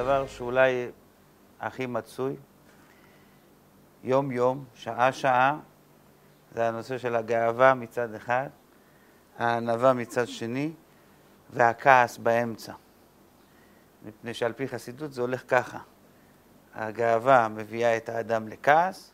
הדבר שאולי הכי מצוי, יום-יום, שעה-שעה, זה הנושא של הגאווה מצד אחד, הענווה מצד שני, והכעס באמצע. מפני שעל פי חסידות זה הולך ככה. הגאווה מביאה את האדם לכעס,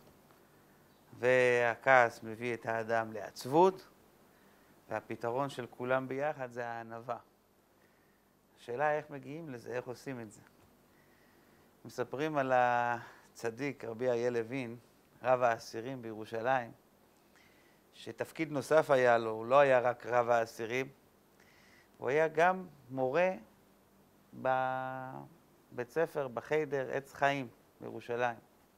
והכעס מביא את האדם לעצבות, והפתרון של כולם ביחד זה הענווה. השאלה איך מגיעים לזה, איך עושים את זה. מספרים על הצדיק רבי אריה לוין, רב האסירים בירושלים, שתפקיד נוסף היה לו, הוא לא היה רק רב האסירים, הוא היה גם מורה בבית ספר, בחיידר עץ חיים בירושלים.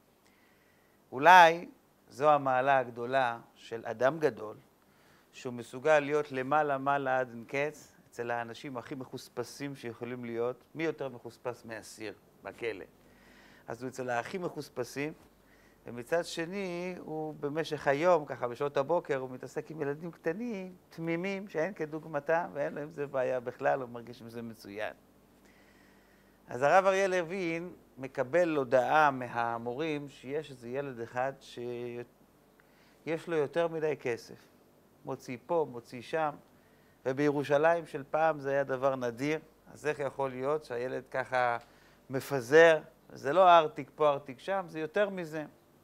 אולי זו המעלה הגדולה של אדם גדול, שהוא מסוגל להיות למעלה עד אין קץ, אצל האנשים הכי מחוספסים שיכולים להיות, מי יותר מחוספס מאסיר בכלא. אז הוא אצל הכי מחוספסים, ומצד שני הוא במשך היום, ככה בשעות הבוקר, הוא מתעסק עם ילדים קטנים, תמימים, שאין כדוגמתם, ואין להם זה בעיה בכלל, הוא מרגיש עם זה מצוין. אז הרב אריה לוין מקבל הודעה מהמורים שיש איזה ילד אחד שיש לו יותר מדי כסף. מוציא פה, מוציא שם, ובירושלים של פעם זה היה דבר נדיר, אז איך יכול להיות שהילד ככה מפזר, זה לא ארטיק פה, ארטיק שם, זה יותר מזה.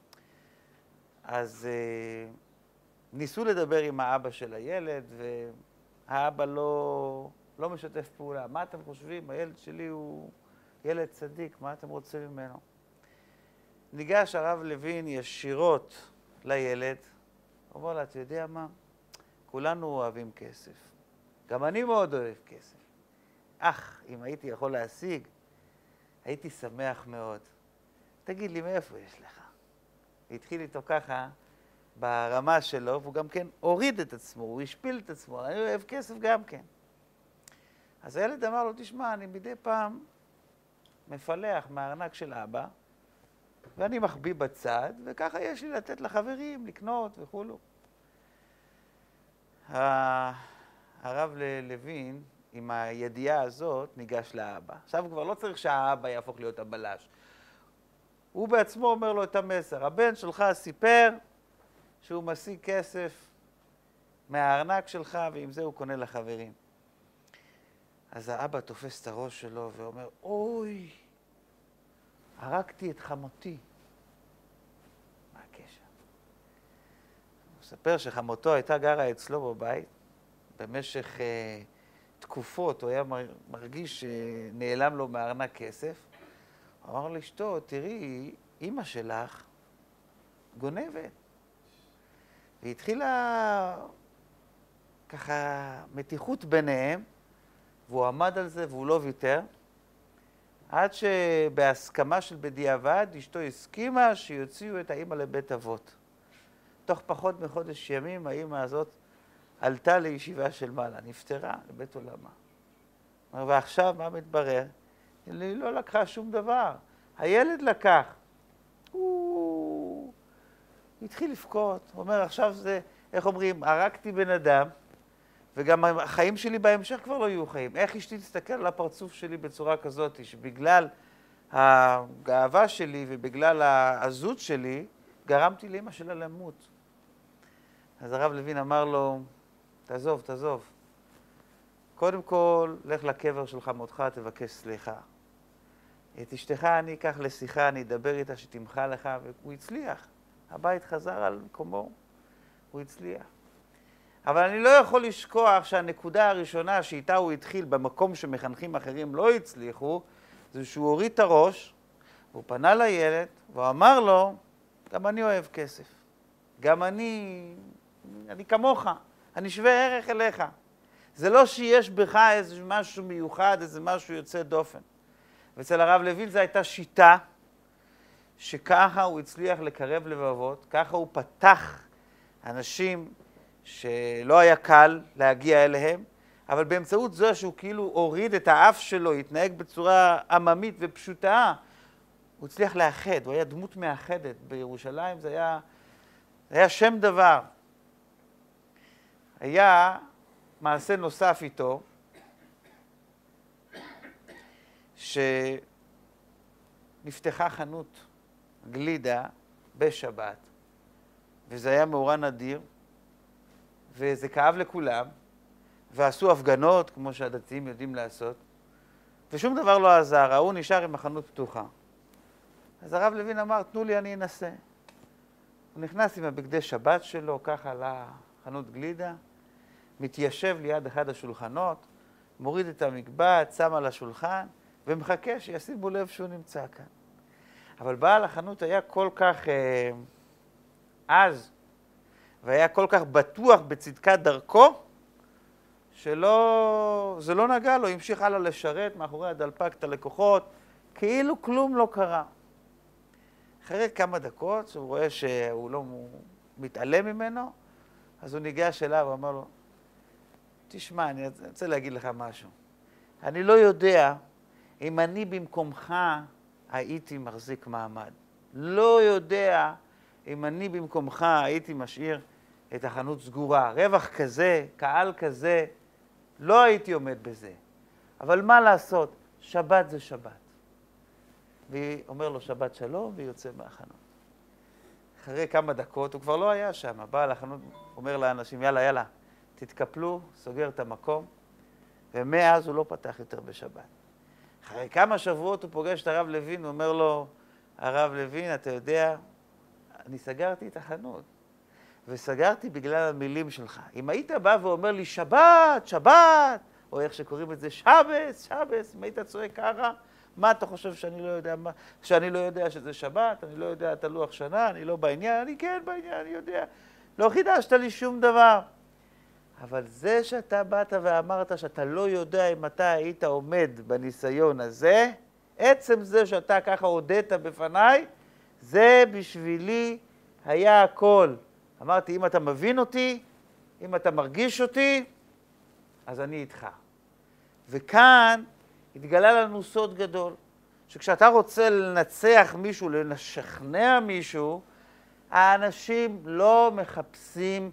אז ניסו לדבר עם האבא של הילד, והאבא לא משתף פעולה. מה אתם חושבים? הילד שלי הוא ילד צדיק, מה אתם רוצים ממנו? ניגש הרב לוין ישירות לילד, הוא אומר לה, אתה יודע מה? כולנו אוהבים כסף. גם אני מאוד אוהב כסף. אם הייתי יכול להשיג, הייתי שמח מאוד. תגיד לי, מאיפה יש לך? התחיל איתו ככה ברמה שלו, והוא גם כן הוריד את עצמו, הוא השפיל את עצמו, אני אוהב כסף גם כן. אז הילד אמר לו, תשמע, אני מדי פעם מפלח מהארנק של אבא, ואני מחביא בצד, וככה יש לי לתת לחברים, לקנות וכולו. הרב לוין, עם הידיעה הזאת, ניגש לאבא. עכשיו הוא כבר לא צריך שהאבא יהפוך להיות הבלש. הוא בעצמו אומר לו את המסר. הבן שלך סיפר שהוא משיג כסף מהארנק שלך, ועם זה הוא קונה לחברים. אז האבא תופס את הראש שלו ואומר, אוי, הרגתי את חמותי. מה הקשר? הוא מספר שחמותו הייתה גרה אצלו בבית, במשך תקופות הוא היה מרגיש שנעלם לו מהארנק כסף. הוא אמר לאשתו, תראי, אמא שלך גונבת. והתחילה ככה מתיחות ביניהם, והוא עמד על זה והוא לא ויתר, עד שבהסכמה של בדיעבד, אשתו הסכימה שיוציאו את האמא לבית אבות. תוך פחות מחודש ימים, האמא הזאת עלתה לישיבה של מעלה, נפטרה לבית עולמה. ועכשיו מה מתברר? היא לא לקחה שום דבר. הילד לקח. הוא התחיל לבכות. הוא אומר, עכשיו זה, איך אומרים, הרגתי בן אדם, וגם החיים שלי בהמשך כבר לא יהיו חיים. איך אשתי תסתכל על הפרצוף שלי בצורה כזאת, שבגלל הגאווה שלי ובגלל העזות שלי, גרמתי לאמא שלה למות. אז הרב לוין אמר לו, תעזוב. קודם כל, לך לקבר של חמותך, תבקש סליחה. את אשתך אני אקח לשיחה, אני אדבר איתה שתמחה לך, והוא הצליח. הבית חזר על מקומו, הוא הצליח. אבל אני לא יכול לשכוח שהנקודה הראשונה שאיתה הוא התחיל במקום שמחנכים אחרים לא הצליחו, זה שהוא הוריד את הראש, הוא פנה לילד, והוא אמר לו, גם אני אוהב כסף. גם אני כמוך, אני שווה ערך אליך. זה לא שיש בך איזה משהו מיוחד, איזה משהו יוצא דופן. ואצל הרב לוין זו הייתה שיטה שככה הוא הצליח לקרב לבבות, ככה הוא פתח אנשים שלא היה קל להגיע אליהם, אבל באמצעות זו שהוא כאילו הוריד את האף שלו, התנהג בצורה עממית ופשוטה, הוא הצליח לאחד, הוא היה דמות מאחדת. בירושלים זה היה שם דבר. היה מעשה נוסף איתו, שהוא נפתחה חנות גלידה בשבת, וזה היה מאורע נדיר, וזה כאב לכולם, ועשו הפגנות, כמו שהדתיים יודעים לעשות, ושום דבר לא עזר, ההוא נשאר עם החנות פתוחה. אז הרב לוין אמר, תנו לי, אני אנסה. הוא נכנס עם הבגדי שבת שלו, ככה לחנות גלידה, מתיישב ליד אחד השולחנות, מוריד את המקבץ, שם על השולחן, ומחכה שישימו לב שהוא נמצא כאן. אבל בעל החנות היה כל כך עז, והיה כל כך בטוח בצדקת דרכו, שזה לא נגע לו, המשיך הלאה לשרת מאחורי הדלפק את הלקוחות, כאילו כלום לא קרה. אחרי כמה דקות, שהוא רואה שהוא לא מתעלם ממנו, אז הוא ניגש אליו ואמר לו, תשמע, אני רוצה להגיד לך משהו. אני לא יודע אם אני במקומך הייתי מחזיק מעמד. לא יודע אם אני במקומך הייתי משאיר את החנות סגורה. רווח כזה, קהל כזה, לא הייתי עומד בזה. אבל מה לעשות? שבת זה שבת. והיא אומר לו שבת שלום, והיא יוצא מהחנות. אחרי כמה דקות, הוא כבר לא היה שם. בעל החנות אומר לאנשים, יאללה, יאללה, תתקפלו, סוגר את המקום, ומאז הוא לא פתח יותר בשבת. אחרי כמה שבועות הוא פוגש את הרב לוין, הוא אומר לו, הרב לוין, אתה יודע, אני סגרתי את החנות, וסגרתי בגלל המילים שלך. אם היית בא ואומר לי שבת, שבת, או איך שקוראים את זה, שבס, שבס, אם היית צועק ככה, מה אתה חושב שאני לא יודע, שאני לא יודע שזה שבת, אני לא יודע את הלוח שנה, אני לא בעניין, אני כן בעניין, אני יודע. לא חידשת לי שום דבר. אבל זה שאתה באת ואמרת שאתה לא יודע אם אתה היית עומד בניסיון הזה, עצם זה שאתה ככה הודית בפניי, זה בשבילי היה הכל. אמרתי, אם אתה מבין אותי, אם אתה מרגיש אותי, אז אני איתך. וכאן התגלה לנו סוד גדול, שכשאתה רוצה לנצח מישהו, לשכנע מישהו, האנשים לא מחפשים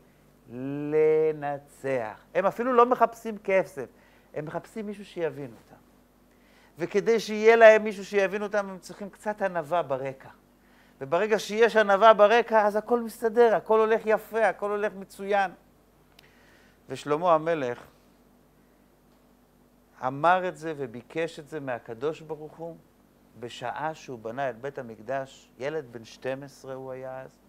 לנצח. הם אפילו לא מחפשים כסף, הם מחפשים מישהו שיבין אותם. וכדי שיהיה להם מישהו שיבין אותם, הם צריכים קצת ענווה ברקע. וברגע שיש ענווה ברקע, אז הכל מסתדר, הכל הולך יפה, הכל הולך מצוין. ושלמה המלך אמר את זה וביקש את זה מהקדוש ברוך הוא, בשעה שהוא בנה את בית המקדש, ילד בן 12 הוא היה אז,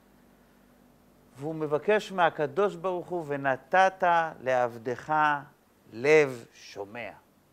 והוא מבקש מהקדוש ברוך הוא, ונתת לעבדך לב שומע.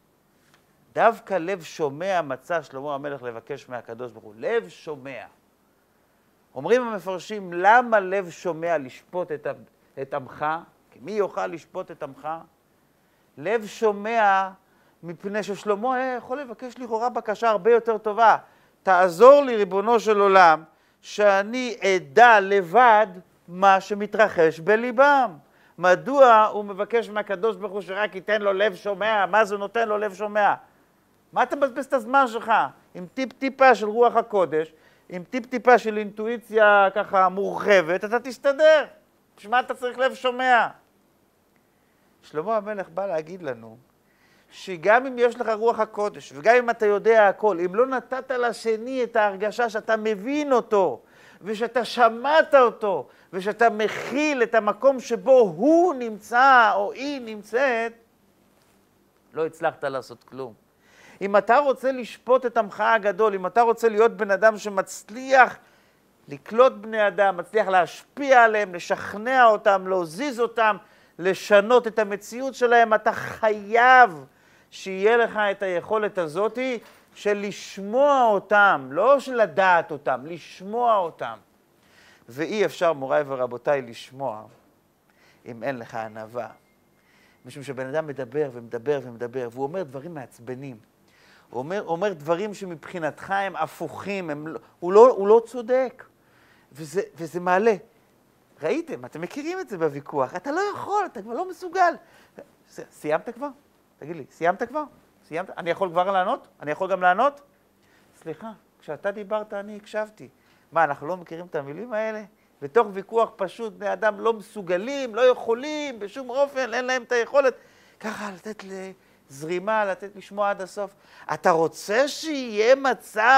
דווקא לב שומע מצא שלמה המלך לבקש מהקדוש ברוך הוא, לב שומע. אומרים המפרשים, למה לב שומע לשפוט את עמך? כי מי יוכל לשפוט את עמך? לב שומע מפני ששלמה יכול לבקש לכאורה בקשה הרבה יותר טובה. תעזור לי ריבונו של עולם, שאני אדע לבד מה שמתרחש בליבם. מדוע הוא מבקש מהקדוש ברוך הוא שרק ייתן לו לב שומע? מה זה נותן לו לב שומע? מה אתה מבזבז את הזמן שלך? עם טיפ-טיפה של רוח הקודש, עם טיפ-טיפה של אינטואיציה ככה מורחבת, אתה תסתדר. בשביל מה אתה צריך לב שומע? שלמה המלך בא להגיד לנו, שגם אם יש לך רוח הקודש, וגם אם אתה יודע הכל, אם לא נתת לשני את ההרגשה שאתה מבין אותו, ושאתה שמעת אותו, ושאתה מכיל את המקום שבו הוא נמצא או היא נמצאת, לא הצלחת לעשות כלום. אם אתה רוצה לשפוט את עמך הגדול, אם אתה רוצה להיות בן אדם שמצליח לקלוט בני אדם, מצליח להשפיע עליהם, לשכנע אותם, להזיז אותם, לשנות את המציאות שלהם, אתה חייב שיהיה לך את היכולת הזאת של לשמוע אותם, לא של לדעת אותם, לשמוע אותם. ואי אפשר, מוריי ורבותיי, לשמוע אם אין לך ענווה. משום שבן אדם מדבר ומדבר ומדבר, והוא אומר דברים מעצבנים. הוא אומר דברים שמבחינתך הם הפוכים, הוא לא צודק. וזה מעלה. ראיתם, אתם מכירים את זה בוויכוח, אתה לא יכול, אתה כבר לא מסוגל. סיימת כבר? תגיד לי, סיימת כבר? סיימת? אני יכול כבר לענות? אני יכול גם לענות? סליחה, כשאתה דיברת אני הקשבתי. מה, אנחנו לא מכירים את המילים האלה? בתוך ויכוח פשוט, בני אדם לא מסוגלים, לא יכולים, בשום אופן, אין להם את היכולת. ככה לתת זרימה, לתת לשמוע עד הסוף. אתה רוצה שיהיה מצב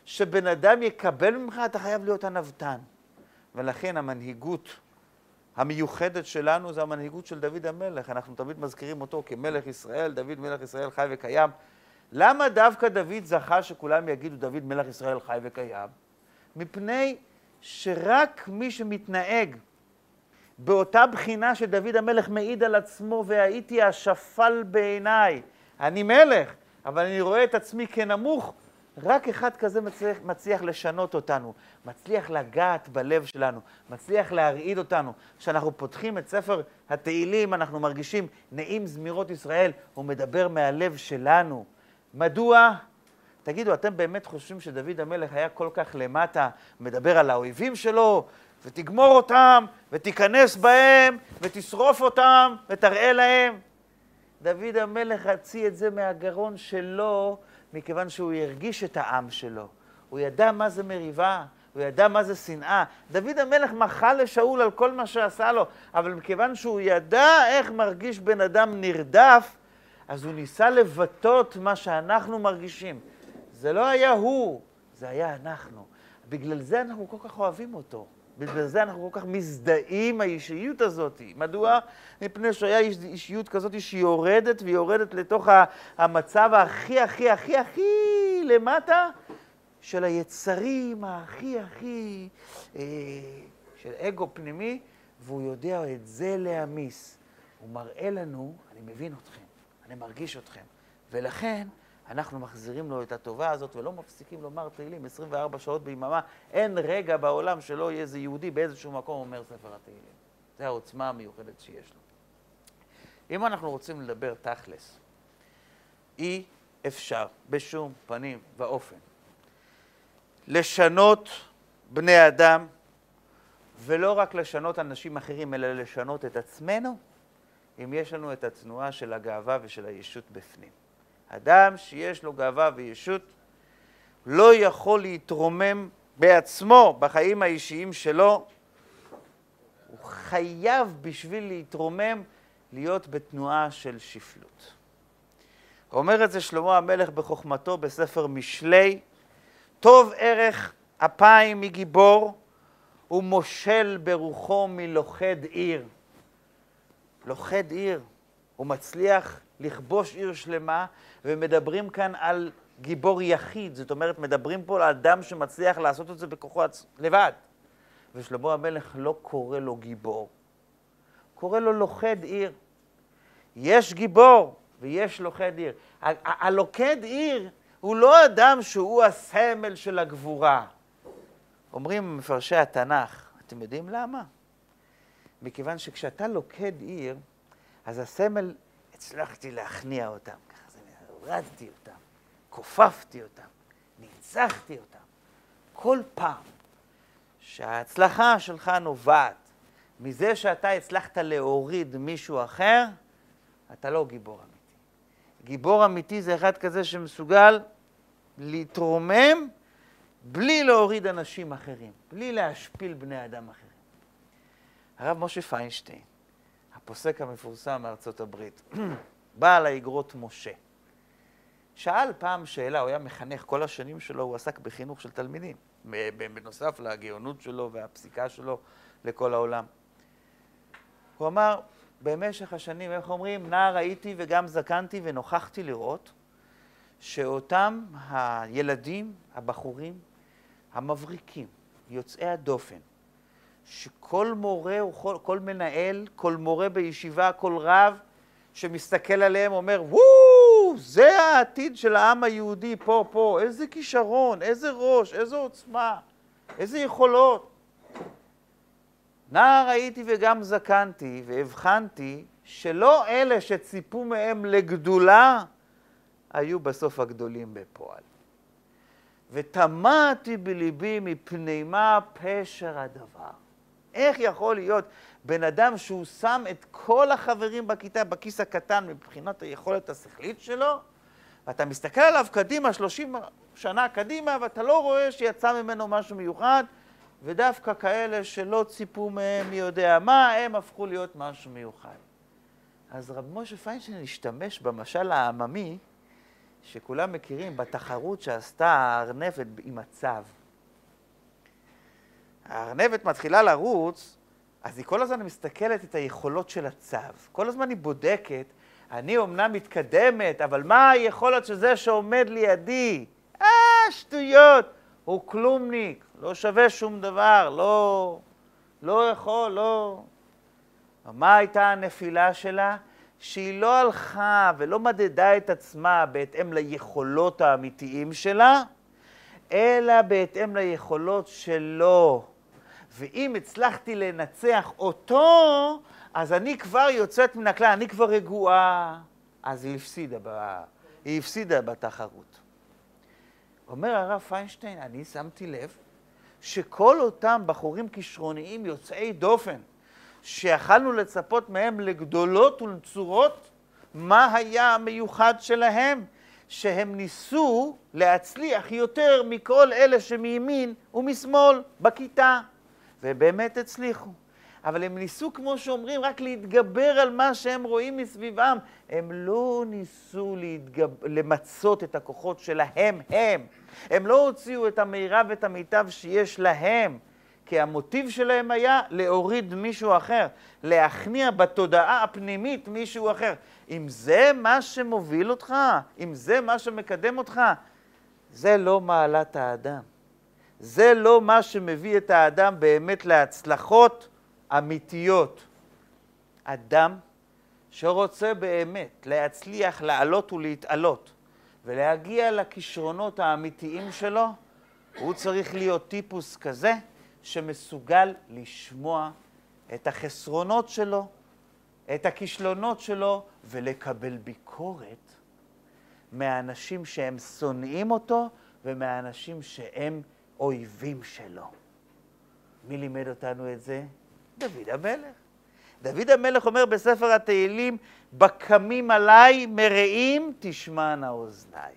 שבן אדם יקבל ממך, אתה חייב להיות ענוותן. ולכן המנהיגות המיוחדת שלנו זה המנהיגות של דוד המלך. אנחנו תמיד מזכירים אותו כמלך ישראל, דוד מלך ישראל חי וקיים. למה דווקא דוד זכה שכולם יגידו דוד מלך ישראל חי וקיים? מפני שרק מי שמתנהג באותה בחינה שדוד המלך מעיד על עצמו, והייתי השפל בעיניי, אני מלך, אבל אני רואה את עצמי כנמוך, רק אחד כזה מצליח לשנות אותנו, מצליח לגעת בלב שלנו, מצליח להרעיד אותנו. כשאנחנו פותחים את ספר התהילים, אנחנו מרגישים נעים זמירות ישראל, הוא מדבר מהלב שלנו. מדוע? תגידו, אתם באמת חושבים שדוד המלך היה כל כך למטה, מדבר על האויבים שלו, ותגמור אותם, ותיכנס בהם, ותשרוף אותם, ותראה להם? דוד המלך הוציא את זה מהגרון שלו, מכיוון שהוא הרגיש את העם שלו. הוא ידע מה זה מריבה, הוא ידע מה זה שנאה. דוד המלך מחל לשאול על כל מה שעשה לו, אבל מכיוון שהוא ידע איך מרגיש בן אדם נרדף, אז הוא ניסה לבטאות מה שאנחנו מרגישים. זה לא היה הוא, זה היה אנחנו. בגלל זה אנחנו כל כך אוהבים אותו. בגלל זה אנחנו כל כך מזדהים האישיות הזאת. מדוע? מפני שהיה אישיות כזאת שהיא יורדת ויורדת לתוך המצב הכי הכי הכי הכי למטה של היצרים, הכי הכי של אגו פנימי, והוא יודע את זה להמיס. הוא מראה לנו, אני מבין אתכם, אני מרגיש אתכם, ולכן אנחנו מחזירים לו את הטובה הזאת ולא מפסיקים לומר תהילים 24 שעות ביממה. אין רגע בעולם שלא יהיה איזה יהודי באיזשהו מקום אומר ספר התהילים. זה העוצמה המיוחדת שיש לו. אם אנחנו רוצים לדבר תכלס, אי אפשר בשום פנים ואופן לשנות בני אדם, ולא רק לשנות אנשים אחרים, אלא לשנות את עצמנו, אם יש לנו את התנועה של הגאווה ושל הישות בפנים. אדם שיש לו גאווה וישות לא יכול להתרומם בעצמו בחיים האישיים שלו. הוא חייב בשביל להתרומם להיות בתנועה של שפלות. אומר את זה שלמה המלך בחוכמתו בספר משלי, טוב ערך אפיים מגיבור ומושל ברוחו מלוכד עיר. לוכד עיר, הוא מצליח לכבוש עיר שלמה, ומדברים כאן על גיבור יחיד, זאת אומרת, מדברים פה על אדם שמצליח לעשות את זה בכוחו לבד. ושלמה המלך לא קורא לו גיבור, קורא לו לוכד עיר. יש גיבור ויש לוכד עיר. הלוכד עיר הוא לא אדם שהוא הסמל של הגבורה. אומרים מפרשי התנ"ך, אתם יודעים למה? מכיוון שכשאתה לוכד עיר, אז הסמל, הצלחתי להכניע אותם, ככה זה, הורדתי אותם, כופפתי אותם, ניצחתי אותם. כל פעם שההצלחה שלך נובעת מזה שאתה הצלחת להוריד מישהו אחר, אתה לא גיבור אמיתי. גיבור אמיתי זה אחד כזה שמסוגל להתרומם בלי להוריד אנשים אחרים, בלי להשפיל בני אדם אחרים. הרב משה פיינשטיין, הפוסק המפורסם מארצות הברית, בעל האגרות משה, שאל פעם שאלה, הוא היה מחנך, כל השנים שלו הוא עסק בחינוך של תלמידים, בנוסף לגאונות שלו והפסיקה שלו לכל העולם. הוא אמר, במשך השנים, איך אומרים, נער הייתי וגם זקנתי ונוכחתי לראות שאותם הילדים, הבחורים, המבריקים, יוצאי הדופן, שכל מורה או כל מנהל, כל מורה בישיבה, כל רב שמסתכל עליהם אומר, וואו, זה העתיד של העם היהודי פה, איזה כישרון, איזה ראש, איזה עוצמה, איזה יכולות. נער הייתי וגם זקנתי והבחנתי שלא אלה שציפו מהם לגדולה היו בסוף הגדולים בפועל. ותמהתי בליבי מפני מה פשר הדבר. איך יכול להיות בן אדם שהוא שם את כל החברים בכיתה בכיס הקטן מבחינת היכולת השכלית שלו, ואתה מסתכל עליו קדימה, 30 שנה קדימה, ואתה לא רואה שיצא ממנו משהו מיוחד, ודווקא כאלה שלא ציפו מהם מי יודע מה, הם הפכו להיות משהו מיוחד. אז רב משה פיינשטיין השתמש במשל העממי שכולם מכירים בתחרות שעשתה הארנבת עם הצב. הארנבת מתחילה לרוץ, אז היא כל הזמן מסתכלת את היכולות של הצב. כל הזמן היא בודקת, אני אומנם מתקדמת, אבל מה היכולת של זה שעומד לידי? שטויות, הוא כלומניק, לא שווה שום דבר, לא יכול, לא. מה הייתה הנפילה שלה? שהיא לא הלכה ולא מדדה את עצמה בהתאם ליכולות האמיתיים שלה, אלא בהתאם ליכולות שלו. ואם הצלחתי לנצח אותו, אז אני כבר יוצאת מן הכלל, אני כבר רגועה. אז היא הפסידה בתחרות. אומר הרב פיינשטיין, אני שמתי לב שכל אותם בחורים כישרוניים יוצאי דופן, שיכלנו לצפות מהם לגדולות ולנצורות, מה היה המיוחד שלהם? שהם ניסו להצליח יותר מכל אלה שמימין ומשמאל בכיתה, ובאמת הצליחו. אבל הם ניסו, כמו שאומרים, רק להתגבר על מה שהם רואים מסביבם. הם לא ניסו למצות את הכוחות שלהם הם. הם לא הוציאו את המירב ואת המיטב שיש להם, כי המוטיב שלהם היה להוריד מישהו אחר, להכניע בתודעה הפנימית מישהו אחר. אם זה מה שמוביל אותך, אם זה מה שמקדם אותך, זה לא מעלת האדם. זה לא מה שמביא את האדם באמת להצלחות אמיתיות. אדם שרוצה באמת להצליח לעלות ולהתעלות ולהגיע לכישרונות האמיתיים שלו, הוא צריך להיות טיפוס כזה שמסוגל לשמוע את החסרונות שלו, את הכישלונות שלו, ולקבל ביקורת מהאנשים שהם שונאים אותו ומהאנשים שהם אויבים שלו. מי לימד אותנו את זה? דוד המלך. דוד המלך אומר בספר התהילים, בקמים עליי מרעים תשמענה אוזניי.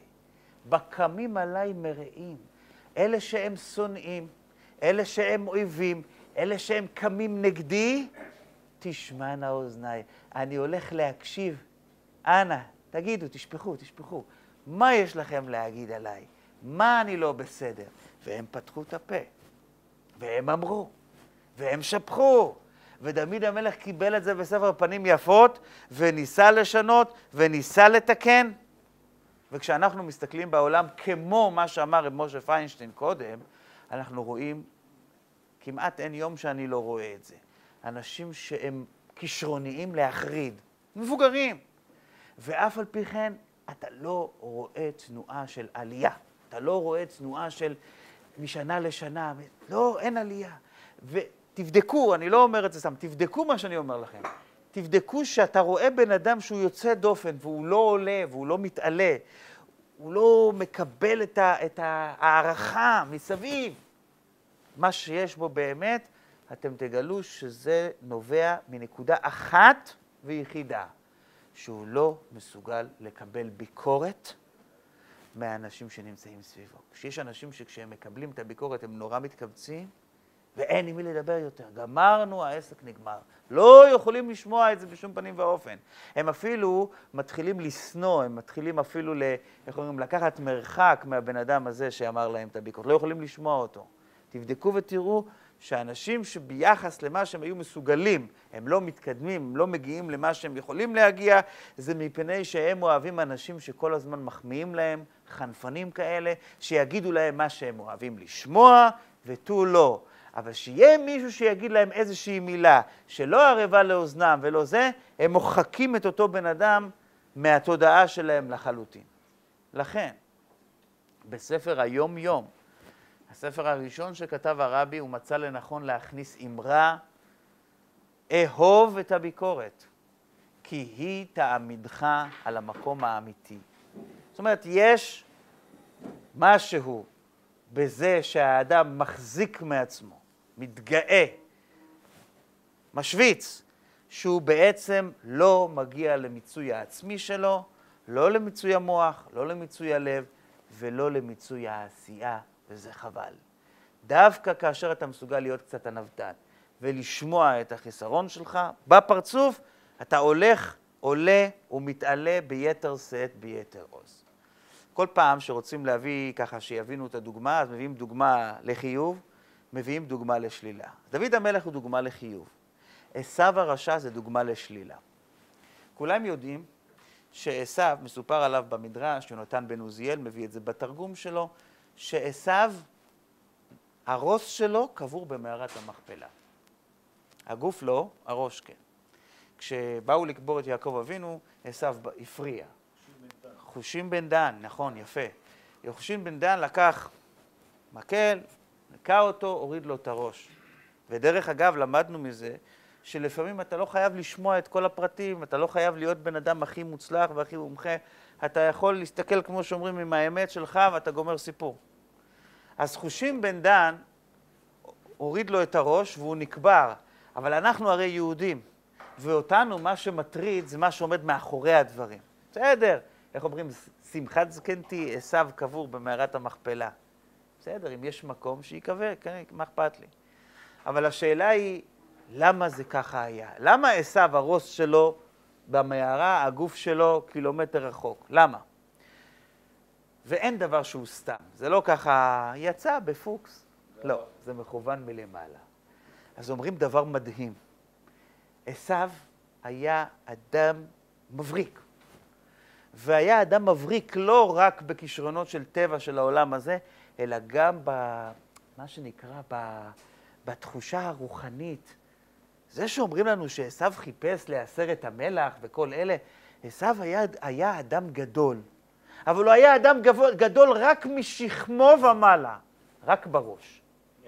בקמים עליי מרעים. אלה שהם שונאים, אלה שהם אויבים, אלה שהם קמים נגדי, תשמענה אוזניי. אני הולך להקשיב. אנא, תגידו, תשפכו. מה יש לכם להגיד עליי? מה אני לא בסדר? והם פתחו את הפה, והם אמרו, והם שפכו. ודוד המלך קיבל את זה בספר פנים יפות, וניסה לשנות, וניסה לתקן. וכשאנחנו מסתכלים בעולם כמו מה שאמר רב משה פיינשטיין קודם, אנחנו רואים, כמעט אין יום שאני לא רואה את זה. אנשים שהם כישרוניים להחריד, מבוגרים. ואף על פי כן, אתה לא רואה תנועה של עלייה. אתה לא רואה תנועה של משנה לשנה. לא, אין עלייה. ותבדקו, אני לא אומר את זה סתם, תבדקו מה שאני אומר לכם. תבדקו שאתה רואה בן אדם שהוא יוצא דופן, והוא לא עולה, והוא לא מתעלה. הוא לא מקבל את הערכה מסביב. מה שיש בו באמת, אתם תגלו שזה נובע מנקודה אחת ויחידה, שהוא לא מסוגל לקבל ביקורת מהאנשים שנמצאים סביבו. כשיש אנשים שכשהם מקבלים את הביקורת הם נורא מתכווצים, ואין עם מי לדבר יותר. גמרנו, העסק נגמר. לא יכולים לשמוע את זה בשום פנים ואופן. הם אפילו מתחילים לסנוע, הם מתחילים אפילו לקחת מרחק מהבן אדם הזה שאמר להם את הביקורת. לא יכולים לשמוע אותו. תבדקו ותראו שאנשים שביחס למה שהם היו מסוגלים, הם לא מתקדמים, הם לא מגיעים למה שהם יכולים להגיע, זה מפני שהם אוהבים אנשים שכל הזמן מחמיאים להם, חנפנים כאלה, שיגידו להם מה שהם אוהבים לשמוע ותו לא. אבל שיהיה מישהו שיגיד להם איזושהי מילה שלא ערבה לאוזנם ולא זה, הם מוחקים את אותו בן אדם מהתודעה שלהם לחלוטין. לכן, בספר היום יום, הספר הראשון שכתב הרבי, הוא מצא לנכון להכניס אמרה, אהוב את הביקורת, כי היא תעמידך על המקום האמיתי. זאת אומרת, יש משהו בזה שהאדם מחזיק מעצמו, מתגאה, משוויץ, שהוא בעצם לא מגיע למיצוי העצמי שלו, לא למיצוי המוח, לא למיצוי הלב, ולא למיצוי העשייה, וזה חבל. דווקא כאשר אתה מסוגל להיות קצת ענוותן, ולשמוע את החיסרון שלך, בפרצוף אתה הולך, עולה ומתעלה ביתר שאת, ביתר עוז. כל פעם שרוצים להביא ככה שיבינו את הדוגמה, אז מביאים דוגמה לחיוב, מביאים דוגמה לשלילה. דוד המלך הוא דוגמה לחיוב. עשיו הרשע זה דוגמה לשלילה. כולם יודעים שעשיו, מסופר עליו במדרש, יונתן בן עוזיאל מביא את זה בתרגום שלו, שעשיו, הראש שלו קבור במערת המכפלה. הגוף לא, הראש כן. כשבאו לקבור את יעקב אבינו, עשיו הפריע. חושים בן דן, נכון, יפה. חושים בן דן לקח מקל, נקע אותו, הוריד לו את הראש. ודרך אגב, למדנו מזה, שלפעמים אתה לא חייב לשמוע את כל הפרטים, אתה לא חייב להיות בן אדם הכי מוצלח והכי מומחה, אתה יכול להסתכל, כמו שאומרים, עם האמת שלך, ואתה גומר סיפור. אז חושים בן דן הוריד לו את הראש והוא נקבר, אבל אנחנו הרי יהודים, ואותנו מה שמטריד זה מה שעומד מאחורי הדברים. בסדר, איך אומרים, שמחת זקנתי, עשיו קבור במערת המכפלה. בסדר, אם יש מקום שיקבר, כן, מה אכפת לי? אבל השאלה היא, למה זה ככה היה? למה עשיו הראש שלו במערה, הגוף שלו קילומטר רחוק? למה? ואין דבר שהוא סתם. זה לא ככה, יצא בפוקס. לא, זה מכוון מלמעלה. אז אומרים דבר מדהים. עשיו היה אדם מבריק. והיה אדם מבריק לא רק בכישרונות של טבע של העולם הזה, אלא גם במה שנקרא, בתחושה הרוחנית. זה שאומרים לנו שעשיו חיפש להסר את המלח וכל אלה, עשיו היה אדם גדול. אבל הוא היה אדם גדול רק משכמו ומעלה, רק בראש.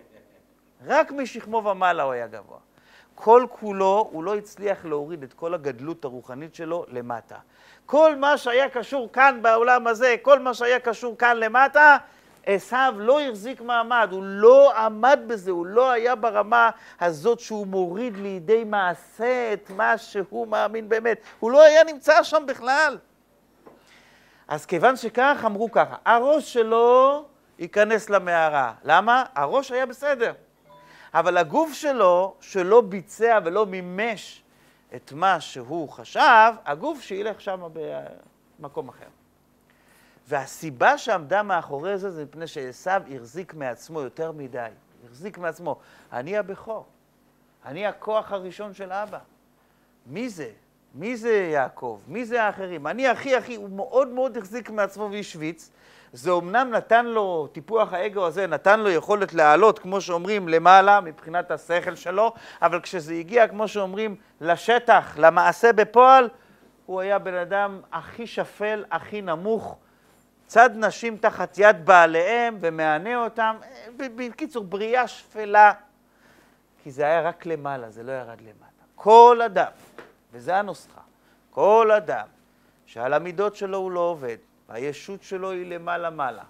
רק משכמו ומעלה הוא היה גבוה. כל כולו הוא לא הצליח להוריד את כל הגדלות הרוחנית שלו למטה. כל מה שהיה קשור כאן בעולם הזה, כל מה שהיה קשור כאן למטה, עשיו לא החזיק מעמד, הוא לא עמד בזה, הוא לא היה ברמה הזאת שהוא מוריד לידי מעשה את מה שהוא מאמין באמת. הוא לא היה נמצא שם בכלל. אז כיוון שכך אמרו ככה, הראש שלו ייכנס למערה. למה? הראש היה בסדר. אבל הגוף שלו, שלא ביצע ולא מימש את מה שהוא חשב, הגוף שילך שם במקום אחר. והסיבה שעמדה מאחורי זה, זה מפני שעשיו החזיק מעצמו יותר מדי. החזיק מעצמו. אני הבכור. אני הכוח הראשון של אבא. מי זה? מי זה יעקב? מי זה האחרים? אני הכי, הוא מאוד מאוד החזיק מעצמו והשוויץ. זה אומנם נתן לו, טיפוח האגו הזה, נתן לו יכולת לעלות, כמו שאומרים, למעלה, מבחינת השכל שלו, אבל כשזה הגיע, כמו שאומרים, לשטח, למעשה בפועל, הוא היה בן אדם הכי שפל, הכי נמוך, צד נשים תחת יד בעליהם ומענה אותם, בקיצור, בריאה שפלה, כי זה היה רק למעלה, זה לא ירד למטה. כל אדם, וזה הנוסחה, כל אדם שעל המידות שלו הוא לא עובד, הישות שלו היא למעלה-מעלה,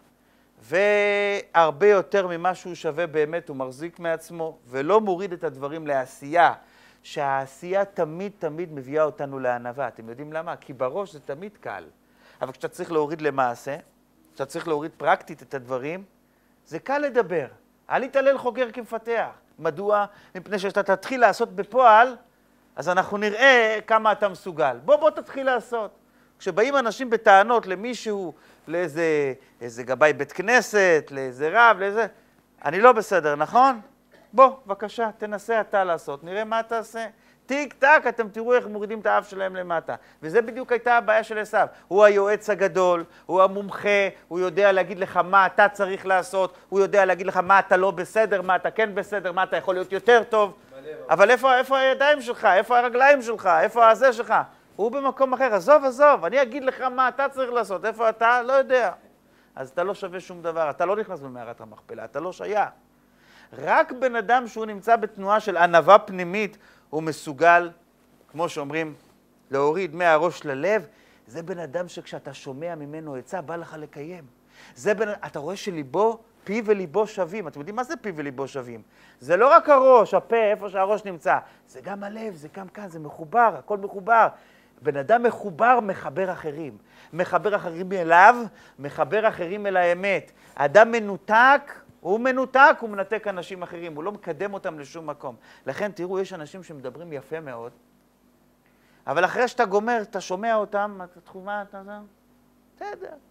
והרבה יותר ממה שהוא שווה באמת הוא מחזיק מעצמו, ולא מוריד את הדברים לעשייה, שהעשייה תמיד מביאה אותנו לענווה. אתם יודעים למה? כי בראש זה תמיד קל. אבל כשאתה צריך להוריד למעשה, כשאתה צריך להוריד פרקטית את הדברים, זה קל לדבר. אל יתהלל חוגר כמפתח. מדוע? מפני שאתה תתחיל לעשות בפועל, אז אנחנו נראה כמה אתה מסוגל. בוא תתחיל לעשות. כשבאים אנשים בטענות למישהו, לאיזה גבאי בית כנסת, לאיזה רב, לאיזה... אני לא בסדר, נכון? בוא, בבקשה, תנסה אתה לעשות. נראה מה תעשה. טיק טק, אתם תראו איך מורידים את האף שלהם למטה. וזה בדיוק הייתה הבעיה של עשיו. הוא היועץ הגדול, הוא המומחה, הוא יודע להגיד לך מה אתה צריך לעשות, הוא יודע להגיד לך מה אתה לא בסדר, מה אתה כן בסדר, מה אתה יכול להיות יותר טוב. אבל איפה הידיים שלך? איפה הרגליים שלך? איפה הזה שלך? הוא במקום אחר. עזוב, אני אגיד לך מה אתה צריך לעשות. איפה אתה? לא יודע. אז אתה לא שווה שום דבר, אתה לא נכנס במערת המכפלה, אתה לא שייך. רק בן אדם שהוא נמצא בתנועה של ענווה פנימית, הוא מסוגל, כמו שאומרים, להוריד מהראש ללב. זה בן אדם שכשאתה שומע ממנו עצה, בא לך לקיים. אתה רואה שליבו, פי וליבו שווים. אתם יודעים מה זה פי וליבו שווים? זה לא רק הראש, הפה, איפה שהראש נמצא. זה גם הלב, זה גם כאן, זה מחובר, הכל מחובר. בן אדם מחובר, מחבר אחרים. מחבר אחרים אליו, מחבר אחרים אל האמת. אדם מנותק, הוא מנתק אנשים אחרים, הוא לא מקדם אותם לשום מקום. לכן תראו, יש אנשים שמדברים יפה מאוד, אבל אחרי שאתה גומר, אתה שומע אותם, התחומה, בסדר.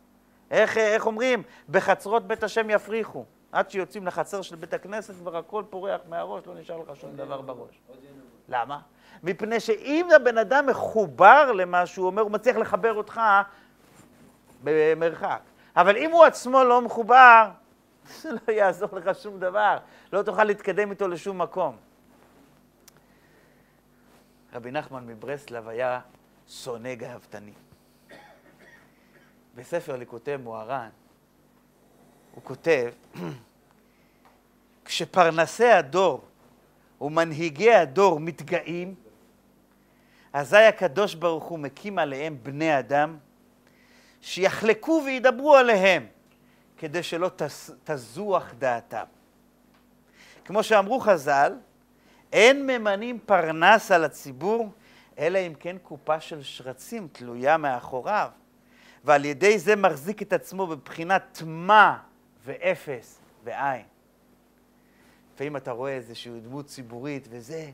איך אומרים? בחצרות בית השם יפריחו. עד שיוצאים לחצר של בית הכנסת, כבר הכל פורח מהראש, לא נשאר לך שום דבר בראש. למה? מפני שאם הבן אדם מחובר למה שהוא אומר, הוא מצליח לחבר אותך במרחק. אבל אם הוא עצמו לא מחובר, זה לא יעזור לך שום דבר. לא תוכל להתקדם איתו לשום מקום. רבי נחמן מברסלב היה שונא גאוותני. בספר ליקוטי מוהר"ן, הוא כותב, כשפרנסי הדור ומנהיגי הדור מתגאים, אזי הקדוש ברוך הוא מקים עליהם בני אדם, שיחלקו וידברו עליהם, כדי שלא תזוח דעתם. כמו שאמרו חז"ל, אין ממנים פרנס על הציבור, אלא אם כן קופה של שרצים תלויה מאחוריו, ועל ידי זה מחזיק את עצמו בבחינת תמה ואפס ועין. לפעמים אתה רואה איזושהי דמות ציבורית וזה,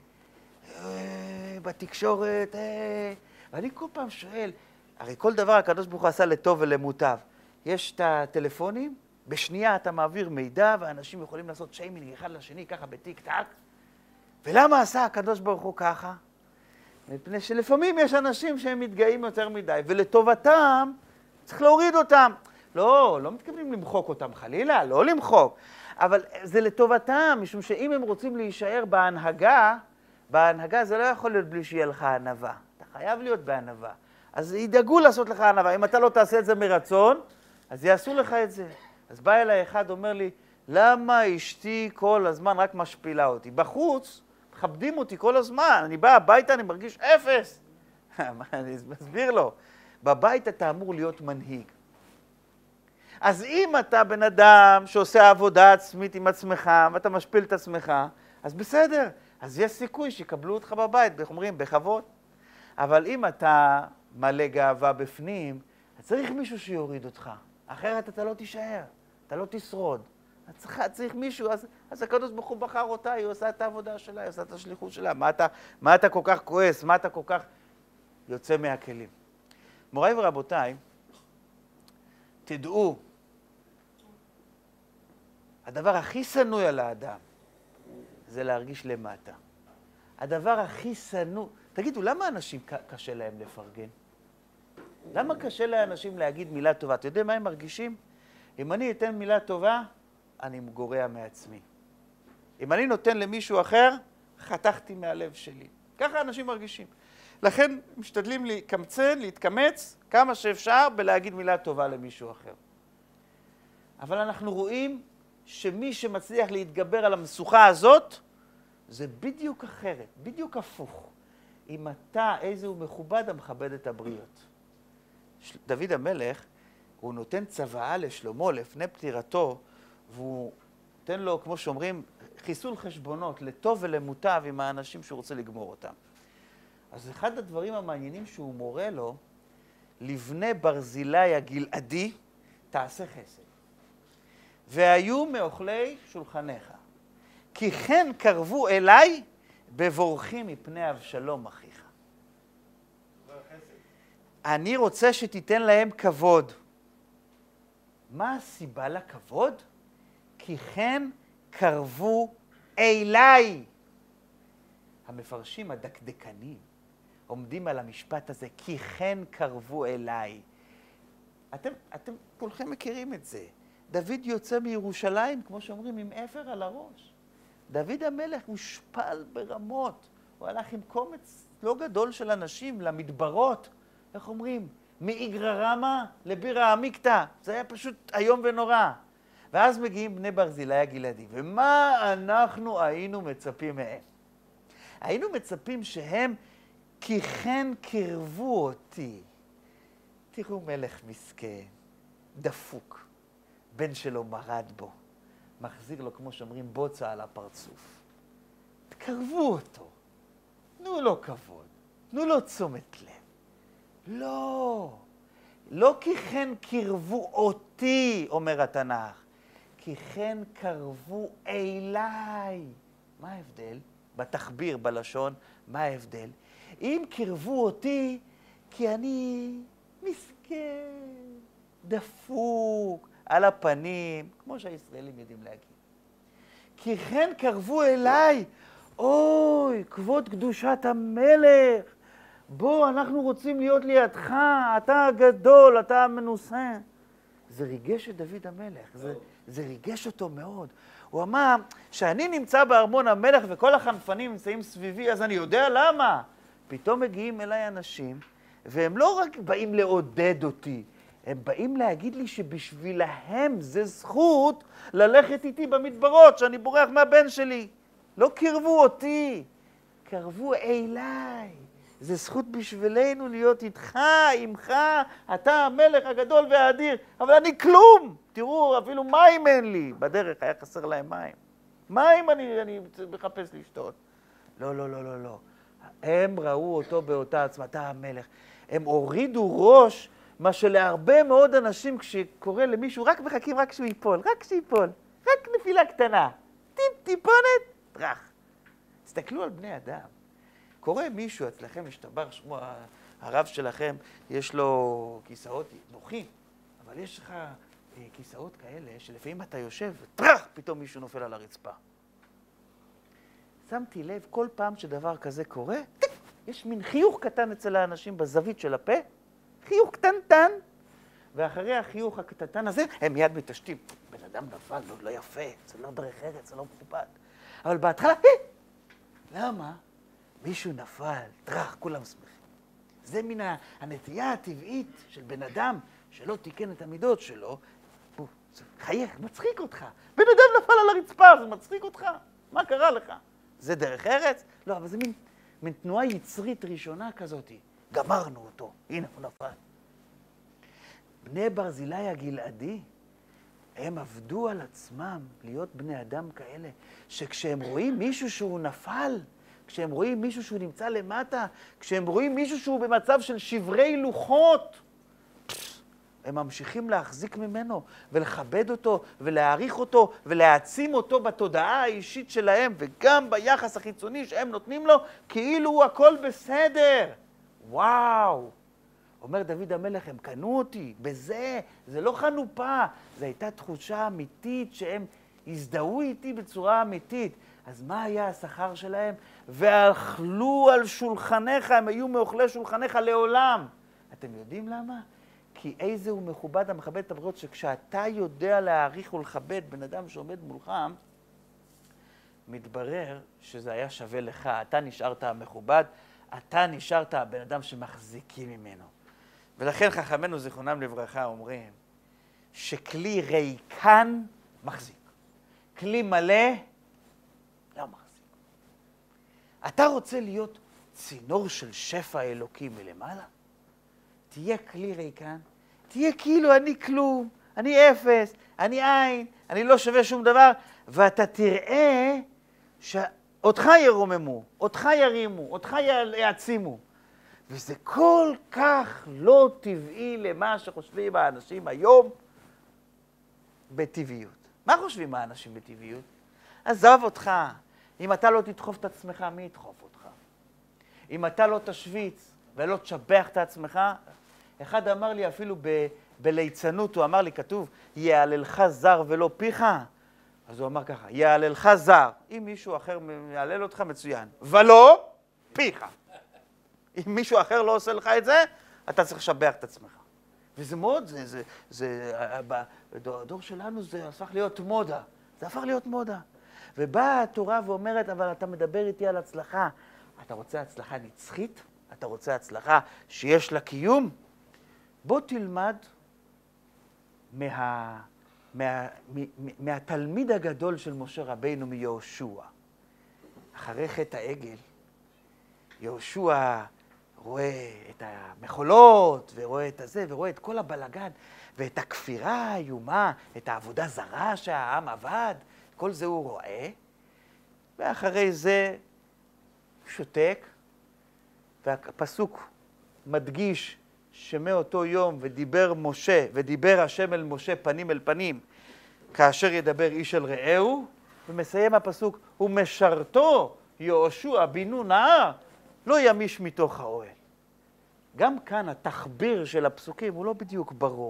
בתקשורת, ואני כל פעם שואל, הרי כל דבר הקדוש ברוך הוא עשה לטוב ולמוטב. יש את הטלפונים, בשנייה אתה מעביר מידע, ואנשים יכולים לעשות שיימינג אחד לשני, ככה בטיק טק. ולמה עשה הקדוש ברוך הוא ככה? מפני שלפעמים יש אנשים שהם מתגאים יותר מדי, ולטובתם צריך להוריד אותם. לא מתכוונים למחוק אותם חלילה, לא למחוק. אבל זה לטובתם, משום שאם הם רוצים להישאר בהנהגה זה לא יכול להיות בלי שיהיה לך ענווה. אתה חייב להיות בענווה. אז ידאגו לעשות לך ענווה. אם אתה לא תעשה את זה מרצון, אז יעשו לך את זה. אז בא אליי אחד, אומר לי, למה אשתי כל הזמן רק משפילה אותי? בחוץ מכבדים אותי כל הזמן. אני בא הביתה, אני מרגיש אפס. אני מסביר לו. בבית אתה אמור להיות מנהיג. אז אם אתה בן אדם שעושה עבודה עצמית עם עצמך, ואתה משפיל את עצמך, אז בסדר. אז יש סיכוי שיקבלו אותך בבית, איך אומרים, בכבוד. אבל אם אתה מלא גאווה בפנים, צריך מישהו שיוריד אותך. אחרת אתה לא תישאר, אתה לא תשרוד. צריך מישהו, אז הקדוש ברוך הוא בחר אותה, היא עושה את העבודה שלה, היא עושה את השליחות שלה. מה אתה כל כך כועס? מה אתה כל כך יוצא מהכלים? מוריי ורבותיי, תדעו, הדבר הכי שנוא על האדם זה להרגיש למטה. הדבר הכי שנוא, תגידו, למה אנשים קשה להם לפרגן? למה קשה לאנשים להגיד מילה טובה? אתה יודע מה הם מרגישים? אם אני אתן מילה טובה, אני גורע מעצמי. אם אני נותן למישהו אחר, חתכתי מהלב שלי. ככה אנשים מרגישים. לכן משתדלים להתקמץ כמה שאפשר בלהגיד מילה טובה למישהו אחר. אבל אנחנו רואים שמי שמצליח להתגבר על המשוכה הזאת, זה בדיוק אחרת, בדיוק הפוך. אם אתה, איזה הוא מכובד המכבד את הבריות. דוד המלך, הוא נותן צוואה לשלמה לפני פטירתו, והוא נותן לו, כמו שאומרים, חיסול חשבונות לטוב ולמוטב עם האנשים שהוא רוצה לגמור אותם. אז אחד הדברים המעניינים שהוא מורה לו, לבני ברזילי הגלעדי, תעשה חסד. והיו מאוכלי שולחניך. כי כן קרבו אליי בבורחים מפני אבשלום אחיך. אני רוצה שתיתן להם כבוד. מה הסיבה לכבוד? כי כן קרבו אליי. המפרשים הדקדקנים עומדים על המשפט הזה, כי כן קרבו אליי. אתם כולכם מכירים את זה. דוד יוצא מירושלים, כמו שאומרים, עם אפר על הראש. דוד המלך הושפל ברמות. הוא הלך עם קומץ לא גדול של אנשים למדברות. איך אומרים? מאיגרא רמא לבירא עמיקתא. זה היה פשוט איום ונורא. ואז מגיעים בני ברזילי הגלעדי. ומה אנחנו היינו מצפים מהם? היינו מצפים שהם, כי כן קרבו אותי. תראו מלך מסכן, דפוק. בן שלו מרד בו. מחזיר לו, כמו שאומרים, בוצה על הפרצוף. תקרבו אותו. תנו לו כבוד. תנו לו תשומת לב. לא. לא כי כן קרבו אותי, אומר התנ"ך. כי כן קרבו אליי. מה ההבדל? בתחביר, בלשון, מה ההבדל? אם קרבו אותי, כי אני מסכן, דפוק, על הפנים, כמו שהישראלים יודעים להגיד. כי כן קרבו אליי, אוי, כבוד קדושת המלך, בוא, אנחנו רוצים להיות לידך, אתה הגדול, אתה המנוסה. זה ריגש את דוד המלך, זה ריגש אותו מאוד. הוא אמר, שאני נמצא בארמון המלך וכל החנפנים נמצאים סביבי, אז אני יודע למה. פתאום מגיעים אליי אנשים, והם לא רק באים לעודד אותי, הם באים להגיד לי שבשבילהם זה זכות ללכת איתי במדברות, שאני בורח מהבן שלי. לא קרבו אותי, קרבו אליי. זה זכות בשבילנו להיות איתך, עמך, אתה המלך הגדול והאדיר, אבל אני כלום. תראו, אפילו מים אין לי. בדרך היה חסר להם מים. מים אני מחפש לשתות. לא, לא, לא, לא, לא. הם ראו אותו באותה עצמה, אתה המלך. הם הורידו ראש, מה שלהרבה מאוד אנשים כשקורה למישהו, רק מחכים רק שהוא ייפול, רק שיפול. רק נפילה קטנה. טיפונת, טרח. תסתכלו על בני אדם. קורה מישהו אצלכם, משתבר שמו הרב שלכם, יש לו כיסאות נוחים, אבל יש לך כיסאות כאלה שלפעמים אתה יושב וטרח, פתאום מישהו נופל על הרצפה. שמתי לב, כל פעם שדבר כזה קורה, יש מין חיוך קטן אצל האנשים בזווית של הפה, חיוך קטנטן, ואחרי החיוך הקטנטן הזה, הם מיד מתעשתים. בן אדם נפל, לא יפה, זה לא דרך ארץ, זה לא מכובד. אבל בהתחלה, למה? מישהו נפל, טרח, כולם שמחים. זה מן הנטייה הטבעית של בן אדם שלא תיקן את המידות שלו. חייך, מצחיק אותך. בן אדם נפל על הרצפה, זה מצחיק אותך. מה קרה לך? זה דרך ארץ? לא, אבל זה מין תנועה יצרית ראשונה כזאת. גמרנו אותו, הנה הוא נפל. בני ברזילי הגלעדי, הם עבדו על עצמם להיות בני אדם כאלה, שכשהם רואים מישהו שהוא נפל, כשהם רואים מישהו שהוא נמצא למטה, כשהם רואים מישהו שהוא במצב של שברי לוחות, הם ממשיכים להחזיק ממנו ולכבד אותו ולהעריך אותו ולהעצים אותו בתודעה האישית שלהם וגם ביחס החיצוני שהם נותנים לו כאילו הכל בסדר. וואו! אומר דוד המלך, הם קנו אותי בזה, זה לא חנופה, זו הייתה תחושה אמיתית שהם הזדהו איתי בצורה אמיתית. אז מה היה השכר שלהם? ואכלו על שולחניך, הם היו מאוכלי שולחניך לעולם. אתם יודעים למה? כי איזה הוא מכובד המכבד את הבריות, שכשאתה יודע להעריך ולכבד בן אדם שעומד מולך, מתברר שזה היה שווה לך. אתה נשארת המכובד, אתה נשארת הבן אדם שמחזיקים ממנו. ולכן חכמינו זיכרונם לברכה אומרים שכלי ריקן מחזיק. כלי מלא לא מחזיק. אתה רוצה להיות צינור של שפע אלוקי מלמעלה? תהיה כלי ריקן, תהיה כאילו אני כלום, אני אפס, אני עין, אני לא שווה שום דבר, ואתה תראה שאותך ירוממו, אותך ירימו, אותך יעצימו. וזה כל כך לא טבעי למה שחושבים האנשים היום בטבעיות. מה חושבים האנשים בטבעיות? עזוב אותך. אם אתה לא תדחוף את עצמך, מי ידחוף אותך? אם אתה לא תשוויץ ולא תשבח את עצמך, אחד אמר לי אפילו בליצנות, הוא אמר לי, כתוב, יעללך זר ולא פיך. אז הוא אמר ככה, יעללך זר. אם מישהו אחר יעלל אותך, מצוין. ולא פיך. אם מישהו אחר לא עושה לך את זה, אתה צריך לשבח את עצמך. וזה מאוד, בדור שלנו זה הפך להיות מודה. זה הפך להיות מודה. ובאה התורה ואומרת, אבל אתה מדבר איתי על הצלחה. אתה רוצה הצלחה נצחית? אתה רוצה הצלחה שיש לה קיום? בוא תלמד מהתלמיד הגדול של משה רבינו, מיהושע. אחרי חטא העגל, יהושע רואה את המחולות, ורואה את הזה, ורואה את כל הבלגן, ואת הכפירה האיומה, את העבודה זרה שהעם עבד, כל זה הוא רואה, ואחרי זה שותק, והפסוק מדגיש שמאותו יום ודיבר משה, ודיבר השם אל משה פנים אל פנים, כאשר ידבר איש אל רעהו, ומסיים הפסוק, ומשרתו יהושע בן נון נהר, לא ימיש מתוך האוהל. גם כאן התחביר של הפסוקים הוא לא בדיוק ברור.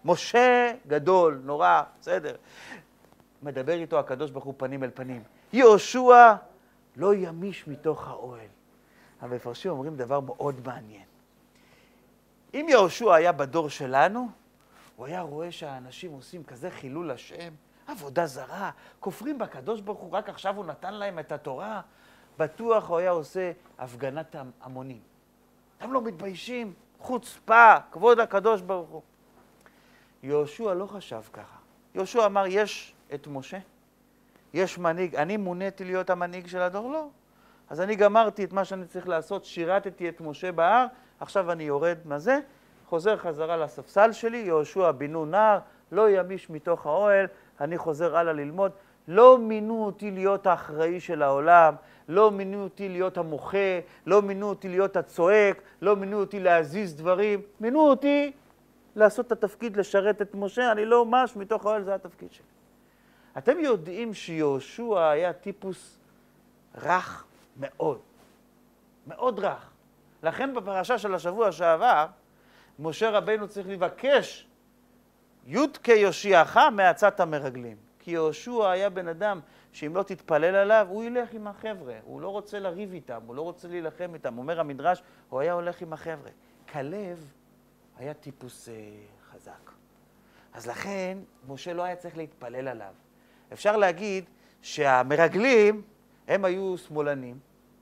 משה גדול, נורא, בסדר. מדבר איתו הקדוש ברוך הוא פנים אל פנים. יהושע לא ימיש מתוך האוהל. המפרשים אומרים דבר מאוד מעניין. אם יהושע היה בדור שלנו, הוא היה רואה שהאנשים עושים כזה חילול השם, עבודה זרה, כופרים בקדוש ברוך הוא, רק עכשיו הוא נתן להם את התורה, בטוח הוא היה עושה הפגנת המונים. אתם לא מתביישים? חוצפה, כבוד הקדוש ברוך הוא. יהושע לא חשב ככה. יהושע אמר, יש את משה, יש מנהיג, אני מוניתי להיות המנהיג של הדור? לא. אז אני גמרתי את מה שאני צריך לעשות, שירתתי את משה בהר, עכשיו אני יורד מזה, חוזר חזרה לספסל שלי, יהושע בינו נער, לא ימיש מתוך האוהל, אני חוזר הלאה ללמוד. לא מינו אותי להיות האחראי של העולם, לא מינו אותי להיות המוחה, לא מינו אותי להיות הצועק, לא מינו אותי להזיז דברים, מינו אותי לעשות את התפקיד, לשרת את משה, אני לא מש מתוך האוהל, זה התפקיד שלי. אתם יודעים שיהושע היה טיפוס רך מאוד, מאוד רך. לכן בפרשה של השבוע שעבר, משה רבינו צריך לבקש יודקה כיושיעך מעצת המרגלים. כי יהושע היה בן אדם שאם לא תתפלל עליו, הוא ילך עם החבר'ה. הוא לא רוצה לריב איתם, הוא לא רוצה להילחם איתם. אומר המדרש, הוא היה הולך עם החבר'ה. כלב היה טיפוס חזק. אז לכן, משה לא היה צריך להתפלל עליו. אפשר להגיד שהמרגלים, הם היו שמאלנים,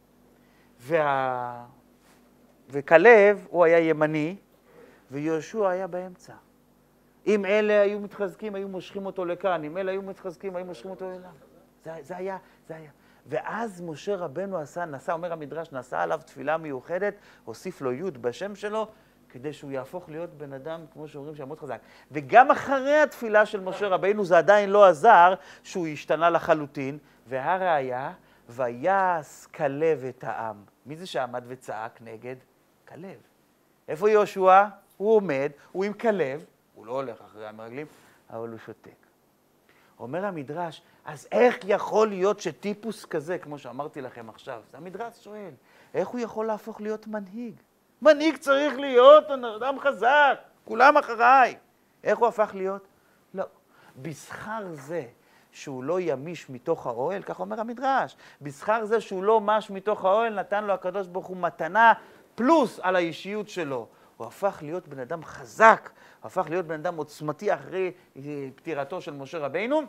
וכלב, הוא היה ימני, ויהושע היה באמצע. אם אלה היו מתחזקים, היו מושכים אותו לכאן. אם אלה היו מתחזקים, היו מושכים אותו אליו. זה היה. ואז משה רבנו נסע, אומר המדרש, נסע עליו תפילה מיוחדת, הוסיף לו י' בשם שלו, כדי שהוא יהפוך להיות בן אדם, כמו שאומרים, שיעמוד חזק. וגם אחרי התפילה של משה רבנו, זה עדיין לא עזר שהוא השתנה לחלוטין, והראיה, ויעש כלב את העם. מי זה שעמד וצעק נגד? כלב. איפה יהושע? הוא עומד, הוא עם כלב, הוא לא הולך אחרי המרגלים, אבל הוא שותק. אומר המדרש, אז איך יכול להיות שטיפוס כזה, כמו שאמרתי לכם עכשיו, זה המדרש שואל, איך הוא יכול להפוך להיות מנהיג? מנהיג צריך להיות אדם חזק, כולם אחריי. איך הוא הפך להיות? לא. בשכר זה שהוא לא ימיש מתוך האוהל, כך אומר המדרש, בשכר זה שהוא לא מש מתוך האוהל, נתן לו הקדוש ברוך הוא מתנה פלוס על האישיות שלו. הוא הפך להיות בן אדם חזק, הוא הפך להיות בן אדם עוצמתי אחרי פטירתו של משה רבינו,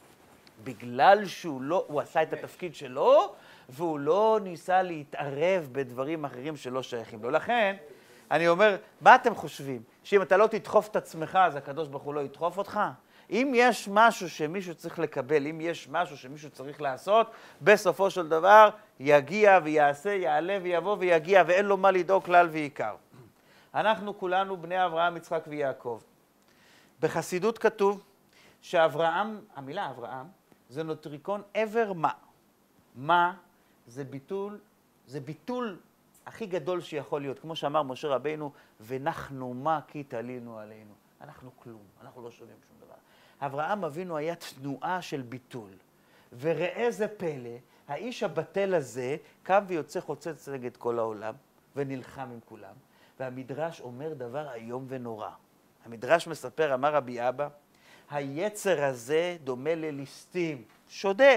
בגלל הוא עשה את התפקיד שלו, והוא לא ניסה להתערב בדברים אחרים שלא שייכים לו. לכן, אני אומר, מה אתם חושבים? שאם אתה לא תדחוף את עצמך, אז הקדוש ברוך הוא לא ידחוף אותך? אם יש משהו שמישהו צריך לקבל, אם יש משהו שמישהו צריך לעשות, בסופו של דבר יגיע ויעשה, יעלה ויבוא ויגיע, ואין לו מה לדאוג כלל ועיקר. אנחנו כולנו בני אברהם, יצחק ויעקב. בחסידות כתוב שאברהם, המילה אברהם, זה נוטריקון עבר מה. מה זה ביטול הכי גדול שיכול להיות. כמו שאמר משה רבינו, ונחנו מה כי תלינו עלינו. אנחנו כלום, אנחנו לא שווים שום דבר. אברהם אבינו היה תנועה של ביטול. וראה זה פלא, האיש הבטל הזה קם ויוצא חוצץ נגד כל העולם, ונלחם עם כולם. והמדרש אומר דבר איום ונורא. המדרש מספר, אמר רבי אבא, היצר הזה דומה לליסטים, שודד.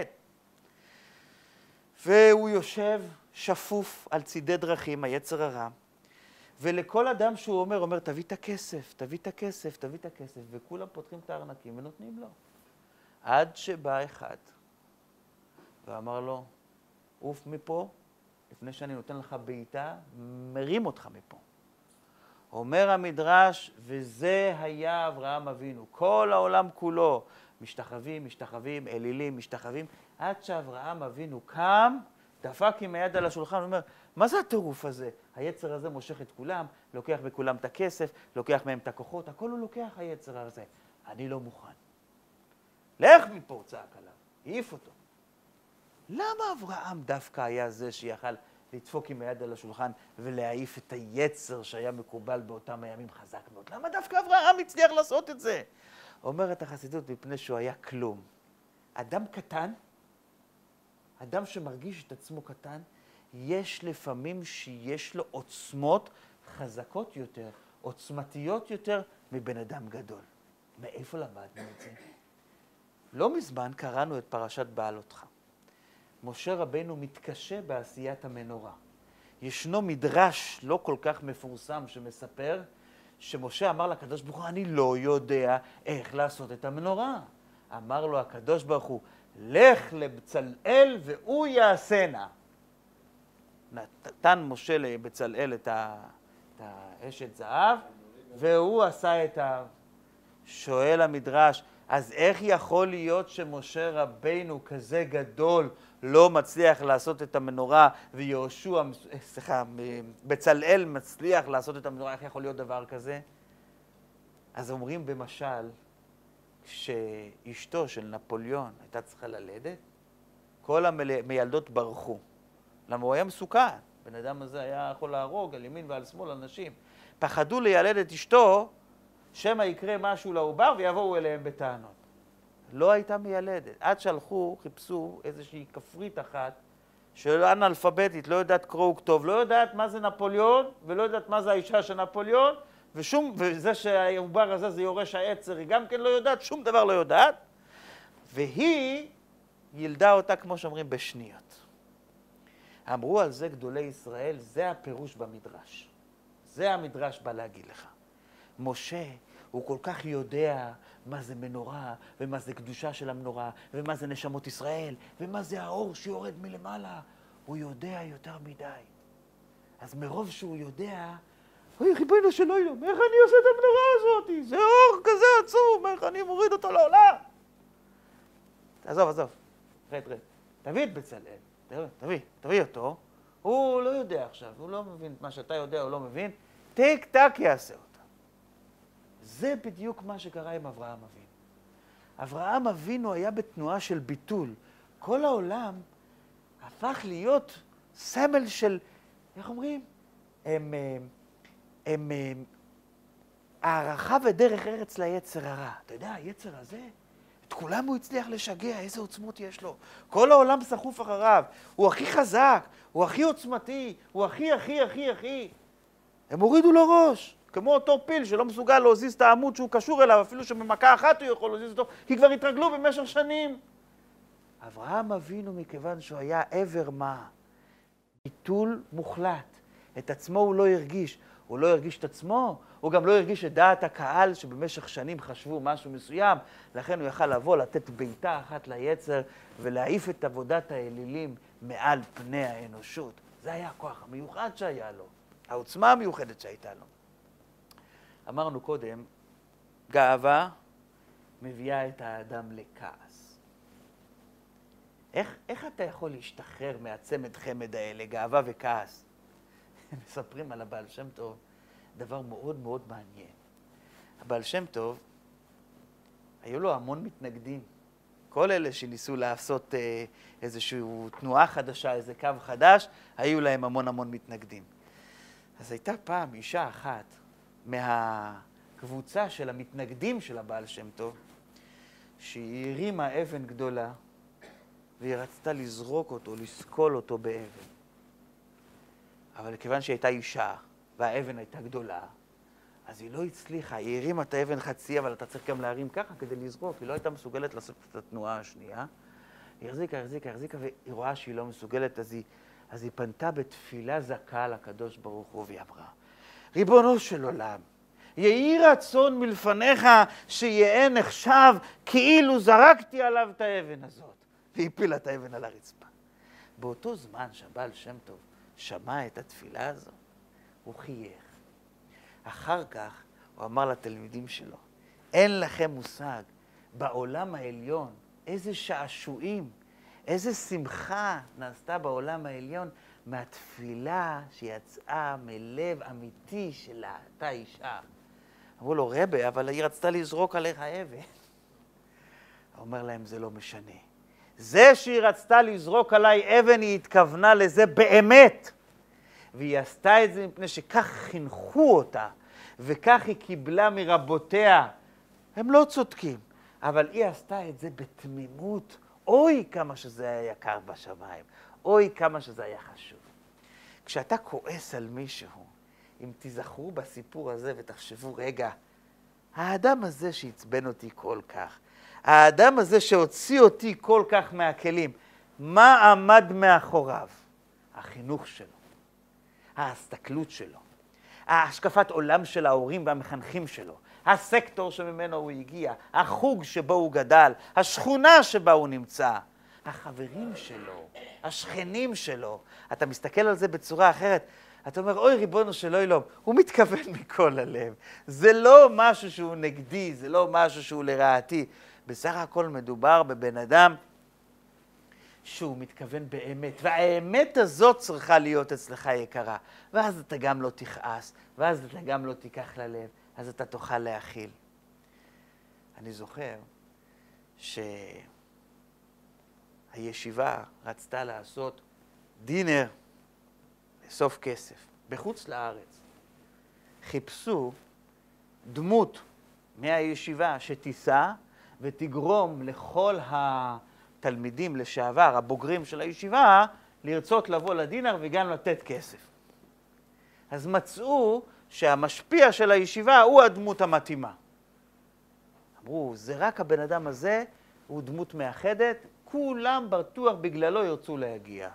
והוא יושב שפוף על צידי דרכים, היצר הרע. ולכל אדם שהוא אומר, תביא את הכסף, תביא את הכסף, תביא את הכסף. וכולם פותחים את הארנקים ונותנים לו. עד שבא אחד ואמר לו, עוף מפה, לפני שאני נותן לך בעיטה, מרים אותך מפה. אומר המדרש, וזה היה אברהם אבינו. כל העולם כולו משתחווים, אלילים, משתחווים, עד שאברהם אבינו קם, דפק עם היד על השולחן, ואומר, מה זה הטירוף הזה? היצר הזה מושך את כולם, לוקח בכולם את הכסף, לוקח מהם את הכוחות, הכל הוא לוקח היצר הזה. אני לא מוכן. לך מפה, צעק עליו, העיף אותו. למה אברהם דווקא היה זה שיכל לדפוק עם היד על השולחן ולהעיף את היצר שהיה מקובל באותם הימים חזק מאוד? למה דווקא אברהם הצליח לעשות את זה? אומרת החסידות, מפני שהוא היה כלום. אדם קטן, אדם שמרגיש את עצמו קטן, יש לפעמים שיש לו עוצמות חזקות יותר, עוצמתיות יותר מבן אדם גדול. מאיפה למדנו את זה? לא מזמן קראנו את פרשת בעלותך. משה רבנו מתקשה בעשיית המנורה. ישנו מדרש לא כל כך מפורסם שמספר שמשה אמר לקדוש ברוך הוא, אני לא יודע איך לעשות את המנורה. אמר לו הקדוש ברוך הוא, לך לבצלאל והוא יעשנה. נתן משה לבצלאל את האשת זהב, והוא עשה את שואל המדרש, אז איך יכול להיות שמשה רבינו כזה גדול לא מצליח לעשות את המנורה, ויהושע, בצלאל מצליח לעשות את המנורה, איך יכול להיות דבר כזה? אז אומרים במשל, כשאשתו של נפוליאון הייתה צריכה ללדת, כל המילדות ברחו. למה הוא היה מסוכן? בן אדם הזה היה יכול להרוג על ימין ועל שמאל אנשים. פחדו לילד את אשתו, שמא יקרה משהו לעובר ויבואו אליהם בטענות. לא הייתה מיילדת. עד שהלכו, חיפשו איזושהי כפרית אחת, אנאלפביתית, לא יודעת קרוא וכתוב, לא יודעת מה זה נפוליאון, ולא יודעת מה זה האישה של נפוליאון, וזה שהעובר הזה זה יורש העצר, היא גם כן לא יודעת, שום דבר לא יודעת, והיא ילדה אותה, כמו שאומרים, בשניות. אמרו על זה גדולי ישראל, זה הפירוש במדרש. זה המדרש בא להגיד לך. משה הוא כל כך יודע מה זה מנורה, ומה זה קדושה של המנורה, ומה זה נשמות ישראל, ומה זה האור שיורד מלמעלה. הוא יודע יותר מדי. אז מרוב שהוא יודע, אוי, ריבונו של עולם, איך אני עושה את המנורה הזאת? זה אור כזה עצום, איך אני מוריד אותו לעולם? עזוב, רד. תביא את בצלאל, תביא אותו. הוא לא יודע עכשיו, הוא לא מבין מה שאתה יודע, הוא לא מבין. טיק טק יעשה אותה. זה בדיוק מה שקרה עם אברהם אבינו. אברהם אבינו היה בתנועה של ביטול. כל העולם הפך להיות סמל של, איך אומרים? הערכה ודרך ארץ ליצר הרע. אתה יודע, היצר הזה, את כולם הוא הצליח לשגע, איזה עוצמות יש לו. כל העולם סחוף אחריו. הוא הכי חזק, הוא הכי עוצמתי, הוא הכי. הם הורידו לו ראש, כמו אותו פיל שלא מסוגל להזיז את העמוד שהוא קשור אליו, אפילו שבמכה אחת הוא יכול להזיז אותו, כי כבר התרגלו במשך שנים. אברהם אבינו, מכיוון שהוא היה עבר מה? ביטול מוחלט. את עצמו הוא לא הרגיש. הוא לא הרגיש את עצמו, הוא גם לא הרגיש את דעת הקהל שבמשך שנים חשבו משהו מסוים, לכן הוא יכל לבוא, לתת בעיטה אחת ליצר ולהעיף את עבודת האלילים מעל פני האנושות. זה היה הכוח המיוחד שהיה לו, העוצמה המיוחדת שהייתה לו. אמרנו קודם, גאווה מביאה את האדם לכעס. איך אתה יכול להשתחרר מהצמד חמד האלה, גאווה וכעס? מספרים על הבעל שם טוב דבר מאוד מאוד מעניין. הבעל שם טוב, היו לו המון מתנגדים. כל אלה שניסו לעשות איזושהי תנועה חדשה, איזה קו חדש, היו להם המון מתנגדים. אז הייתה פעם אישה אחת מהקבוצה של המתנגדים של הבעל שם טוב, שהיא הרימה אבן גדולה, והיא רצתה לזרוק אותו, לסקול אותו באבן. אבל כיוון שהיא הייתה אישה, והאבן הייתה גדולה, אז היא לא הצליחה, היא הרימה את האבן חצי, אבל אתה צריך גם להרים ככה כדי לזרוק, היא לא הייתה מסוגלת לעשות את התנועה השנייה. היא החזיקה, והיא רואה שהיא לא מסוגלת, אז היא פנתה בתפילה זכה לקדוש ברוך הוא, והיא אמרה, ריבונו של עולם, יהי רצון מלפניך שיהיה נחשב כאילו זרקתי עליו את האבן הזאת. והיא הפילה את האבן על הרצפה. באותו זמן שהבעל שם טוב שמע את התפילה הזו, הוא חייך. אחר כך הוא אמר לתלמידים שלו, אין לכם מושג, בעולם העליון, איזה שעשועים, איזה שמחה נעשתה בעולם העליון מהתפילה שיצאה מלב אמיתי של אותה אישה. אמרו לו, רבי, אבל היא רצתה לזרוק עליך אבן. הוא אומר להם, זה לא משנה. זה שהיא רצתה לזרוק עליי אבן, היא התכוונה לזה באמת. והיא עשתה את זה מפני שכך חינכו אותה, וכך היא קיבלה מרבותיה. הם לא צודקים, אבל היא עשתה את זה בתמימות. אוי, כמה שזה היה יקר בשמיים. אוי, כמה שזה היה חשוב. כשאתה כועס על מישהו, אם תזכרו בסיפור הזה ותחשבו, רגע, האדם הזה שעצבן אותי כל כך, האדם הזה שהוציא אותי כל כך מהכלים, מה עמד מאחוריו? החינוך שלו, ההסתכלות שלו, ההשקפת עולם של ההורים והמחנכים שלו, הסקטור שממנו הוא הגיע, החוג שבו הוא גדל, השכונה שבה הוא נמצא, החברים שלו, השכנים שלו. אתה מסתכל על זה בצורה אחרת, אתה אומר, אוי ריבונו של עולם, הוא מתכוון מכל הלב. זה לא משהו שהוא נגדי, זה לא משהו שהוא לרעתי. בסך הכל מדובר בבן אדם שהוא מתכוון באמת, והאמת הזאת צריכה להיות אצלך יקרה. ואז אתה גם לא תכעס, ואז אתה גם לא תיקח ללב, אז אתה תוכל להכיל. אני זוכר שהישיבה רצתה לעשות דינר לאסוף כסף בחוץ לארץ. חיפשו דמות מהישיבה שתיסע ותגרום לכל התלמידים לשעבר, הבוגרים של הישיבה, לרצות לבוא לדינר וגם לתת כסף. אז מצאו שהמשפיע של הישיבה הוא הדמות המתאימה. אמרו, זה רק הבן אדם הזה, הוא דמות מאחדת, כולם בטוח בגללו ירצו להגיע.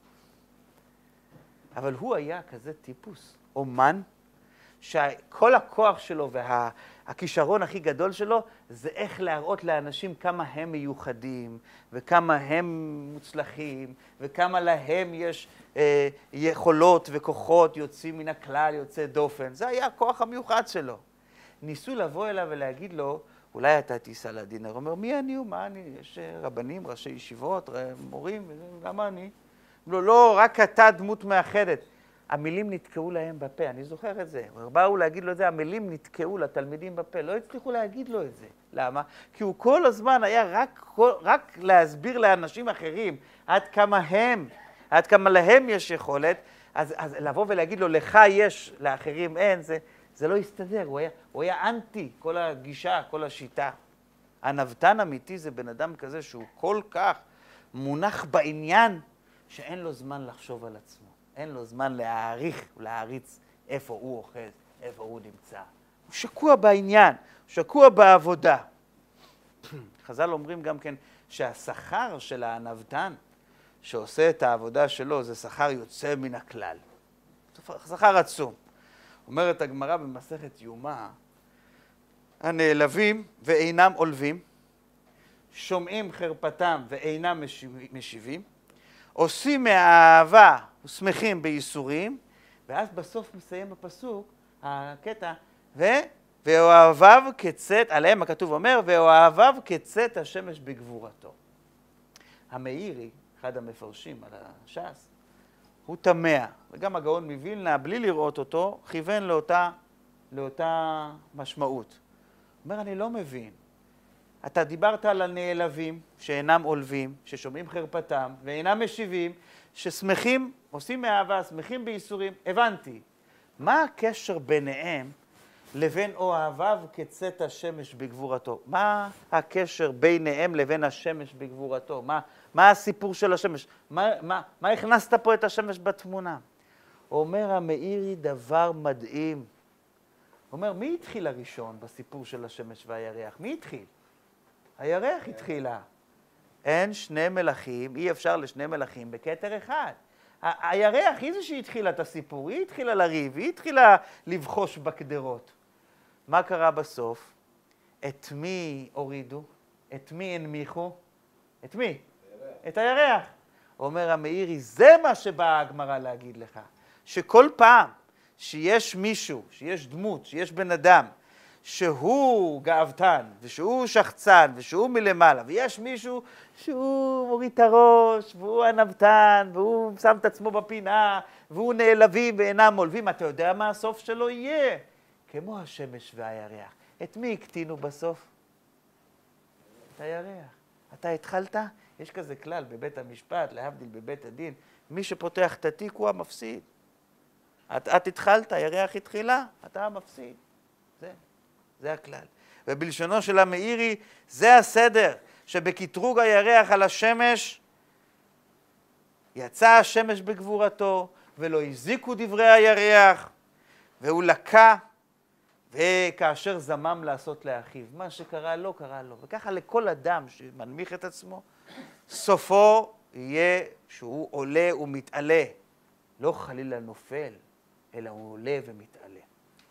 אבל הוא היה כזה טיפוס, אומן, שכל הכוח שלו והכישרון הכי גדול שלו זה איך להראות לאנשים כמה הם מיוחדים וכמה הם מוצלחים וכמה להם יש יכולות וכוחות יוצאים מן הכלל, יוצא דופן. זה היה הכוח המיוחד שלו. ניסו לבוא אליו ולהגיד לו, אולי אתה תיסע לדינר. הוא אומר, מי אני ומה אני? יש רבנים, ראשי ישיבות, מורים, למה אני? לא, רק אתה דמות מאחדת. המילים נתקעו להם בפה, אני זוכר את זה. באו להגיד לו את זה, המילים נתקעו לתלמידים בפה, לא הצליחו להגיד לו את זה. למה? כי הוא כל הזמן היה רק להסביר לאנשים אחרים עד כמה להם יש יכולת, אז לבוא ולהגיד לו, לך יש, לאחרים אין, זה לא יסתדר, הוא היה אנטי כל הגישה, כל השיטה. הנבטן אמיתי זה בן אדם כזה שהוא כל כך מונח בעניין, שאין לו זמן לחשוב על עצמו. אין לו זמן להעריך ולהעריץ איפה הוא אוחז, איפה הוא נמצא. הוא שקוע בעניין, הוא שקוע בעבודה. חז"ל אומרים גם כן שהשכר של הנבטן שעושה את העבודה שלו זה שכר יוצא מן הכלל. שכר עצום. אומרת הגמרא במסכת יומא, הנעלבים ואינם עולבים, שומעים חרפתם ואינם משיבים, עושים מהאהבה ושמחים בייסורים, ואז בסוף מסיים הפסוק, הקטע, ואוהביו כצאת, עליהם הכתוב אומר, ואוהביו כצאת השמש בגבורתו. המאירי, אחד המפרשים על הש"ס, הוא תמה, וגם הגאון מווילנה, בלי לראות אותו, כיוון לאותה משמעות. הוא אומר, אני לא מבין. אתה דיברת על הנעלבים שאינם עולבים, ששומעים חרפתם ואינם משיבים, ששמחים, עושים מאהבה, שמחים בייסורים. הבנתי. מה הקשר ביניהם לבין אוהביו כצאת השמש בגבורתו? מה הקשר ביניהם לבין השמש בגבורתו? מה הסיפור של השמש? מה הכנסת פה את השמש בתמונה? אומר המאירי דבר מדהים. הוא אומר, מי התחיל הראשון בסיפור של השמש והירח? מי התחיל? הירח התחילה. אין שני מלכים, אי אפשר לשני מלכים בכתר אחד. הירח היא זה שהתחילה את הסיפור, היא התחילה לריב, היא התחילה לבחוש בקדרות. מה קרה בסוף? את מי הורידו? את מי הנמיכו? את מי? את הירח. אומר המאירי, זה מה שבאה הגמרא להגיד לך. שכל פעם שיש מישהו, שיש דמות, שיש בן אדם, שהוא גאוותן, ושהוא שחצן, ושהוא מלמעלה, ויש מישהו שהוא מוריד את הראש, והוא הנבטן, והוא שם את עצמו בפינה, והוא נעלבים ואינם עולבים, אתה יודע מה הסוף שלו יהיה? כמו השמש והירח. את מי הקטינו בסוף? את הירח. אתה התחלת? יש כזה כלל בבית המשפט, להבדיל בבית הדין, מי שפותח את התיק הוא המפסיד. את התחלת, הירח התחילה, אתה המפסיד. זה הכלל. ובלשונו של המאירי, זה הסדר, שבקטרוג הירח על השמש, יצא השמש בגבורתו, ולא הזיקו דברי הירח, והוא לקה וכאשר זמם לעשות לאחיו, מה שקרה לו, קרה לו. וככה לכל אדם שמנמיך את עצמו, סופו יהיה שהוא עולה ומתעלה. לא חלילה נופל, אלא הוא עולה ומתעלה.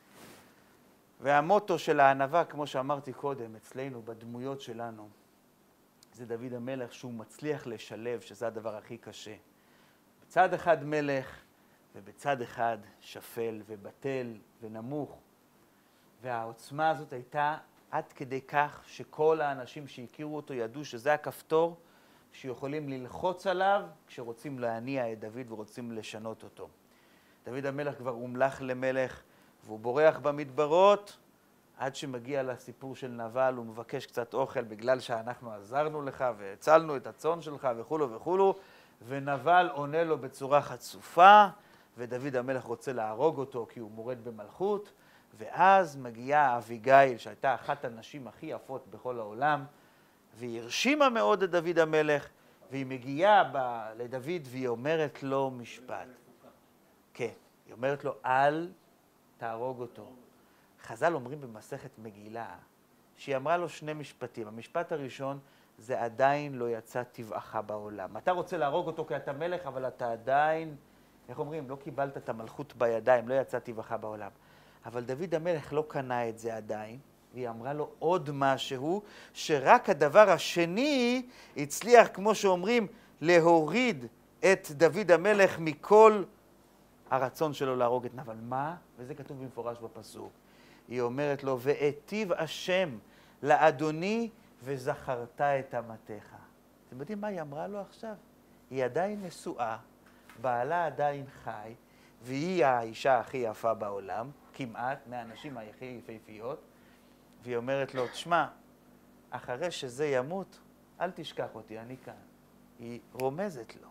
והמוטו של הענווה, כמו שאמרתי קודם, אצלנו, בדמויות שלנו, זה דוד המלך שהוא מצליח לשלב, שזה הדבר הכי קשה. בצד אחד מלך, ובצד אחד שפל ובטל ונמוך. והעוצמה הזאת הייתה עד כדי כך שכל האנשים שהכירו אותו ידעו שזה הכפתור שיכולים ללחוץ עליו כשרוצים להניע את דוד ורוצים לשנות אותו. דוד המלך כבר הומלך למלך והוא בורח במדברות עד שמגיע לסיפור של נבל, הוא מבקש קצת אוכל בגלל שאנחנו עזרנו לך והצלנו את הצאן שלך וכולו וכולו, ונבל עונה לו בצורה חצופה, ודוד המלך רוצה להרוג אותו כי הוא מורד במלכות, ואז מגיעה אביגיל שהייתה אחת הנשים הכי יפות בכל העולם, והיא הרשימה מאוד את דוד המלך, והיא מגיעה לדוד והיא אומרת לו משפט. כן, היא אומרת לו, אל תהרוג אותו. חז"ל אומרים במסכת מגילה, שהיא אמרה לו שני משפטים. המשפט הראשון, זה עדיין לא יצא טבעך בעולם. אתה רוצה להרוג אותו כי אתה מלך, אבל אתה עדיין, איך אומרים, לא קיבלת את המלכות בידיים, לא יצא טבעך בעולם. אבל דוד המלך לא קנה את זה עדיין, והיא אמרה לו עוד משהו, שרק הדבר השני הצליח, כמו שאומרים, להוריד את דוד המלך מכל הרצון שלו להרוג את נבל. מה? וזה כתוב במפורש בפסוק. היא אומרת לו, והיטיב השם לאדוני וזכרת את אמתך. אתם יודעים מה היא אמרה לו עכשיו? היא עדיין נשואה, בעלה עדיין חי, והיא האישה הכי יפה בעולם, כמעט, מהנשים הכי יפהפיות, והיא אומרת לו, תשמע, אחרי שזה ימות, אל תשכח אותי, אני כאן. היא רומזת לו.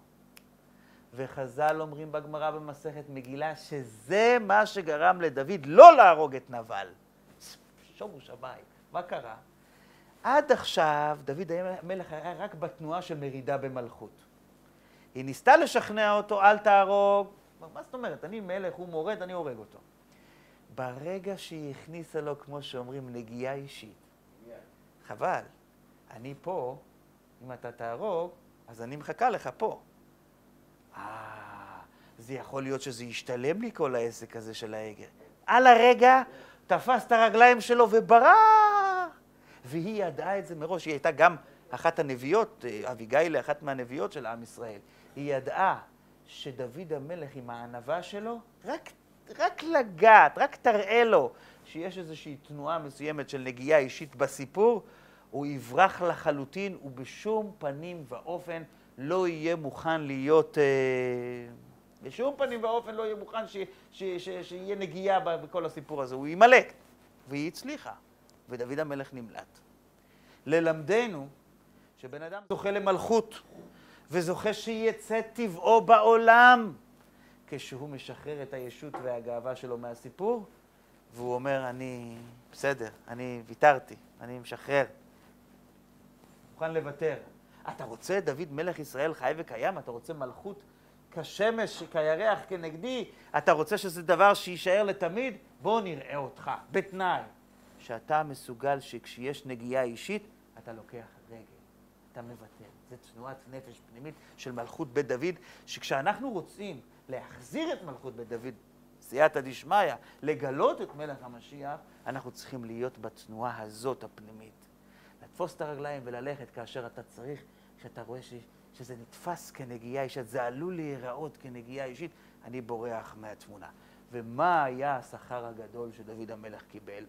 וחז"ל אומרים בגמרא במסכת מגילה, שזה מה שגרם לדוד לא להרוג את נבל. שומו שמיים, מה קרה? עד עכשיו דוד המלך היה רק בתנועה של מרידה במלכות. היא ניסתה לשכנע אותו, אל תהרוג. מה זאת אומרת? אני מלך, הוא מורד, אני הורג אותו. ברגע שהיא הכניסה לו, כמו שאומרים, נגיעה אישית. חבל, אני פה, אם אתה תהרוג, אז אני מחכה לך פה. זה יכול להיות שזה ישתלם לי כל העסק הזה של העגל. על הרגע תפס את הרגליים שלו וברח. והיא ידעה את זה מראש, היא הייתה גם אחת הנביאות, אביגיל, אחת מהנביאות של עם ישראל. היא ידעה שדוד המלך עם הענווה שלו, רק לגעת, רק תראה לו שיש איזושהי תנועה מסוימת של נגיעה אישית בסיפור, הוא יברח לחלוטין ובשום פנים ואופן לא יהיה מוכן להיות, בשום פנים ואופן לא יהיה מוכן שיהיה נגיעה בכל הסיפור הזה. הוא ימלק, והיא הצליחה, ודוד המלך נמלט. ללמדנו שבן אדם זוכה למלכות, וזוכה שיצא טבעו בעולם, כשהוא משחרר את הישות והגאווה שלו מהסיפור, והוא אומר, אני בסדר, אני ויתרתי, אני משחרר. מוכן לוותר. אתה רוצה דוד מלך ישראל חי וקיים? אתה רוצה מלכות כשמש, כירח, כנגדי? אתה רוצה שזה דבר שישאר לתמיד? בוא נראה אותך, בתנאי שאתה מסוגל שכשיש נגיעה אישית, אתה לוקח רגל, אתה מוותר. זה תנועת נפש פנימית של מלכות בית דוד, שכשאנחנו רוצים להחזיר את מלכות בית דוד, סייעתא דשמיא, לגלות את מלך המשיח, אנחנו צריכים להיות בתנועה הזאת הפנימית. לתפוס את הרגליים וללכת כאשר אתה צריך, כשאתה רואה שזה נתפס כנגיעה אישית, זה עלול להיראות כנגיעה אישית, אני בורח מהתמונה. ומה היה השכר הגדול שדוד המלך קיבל?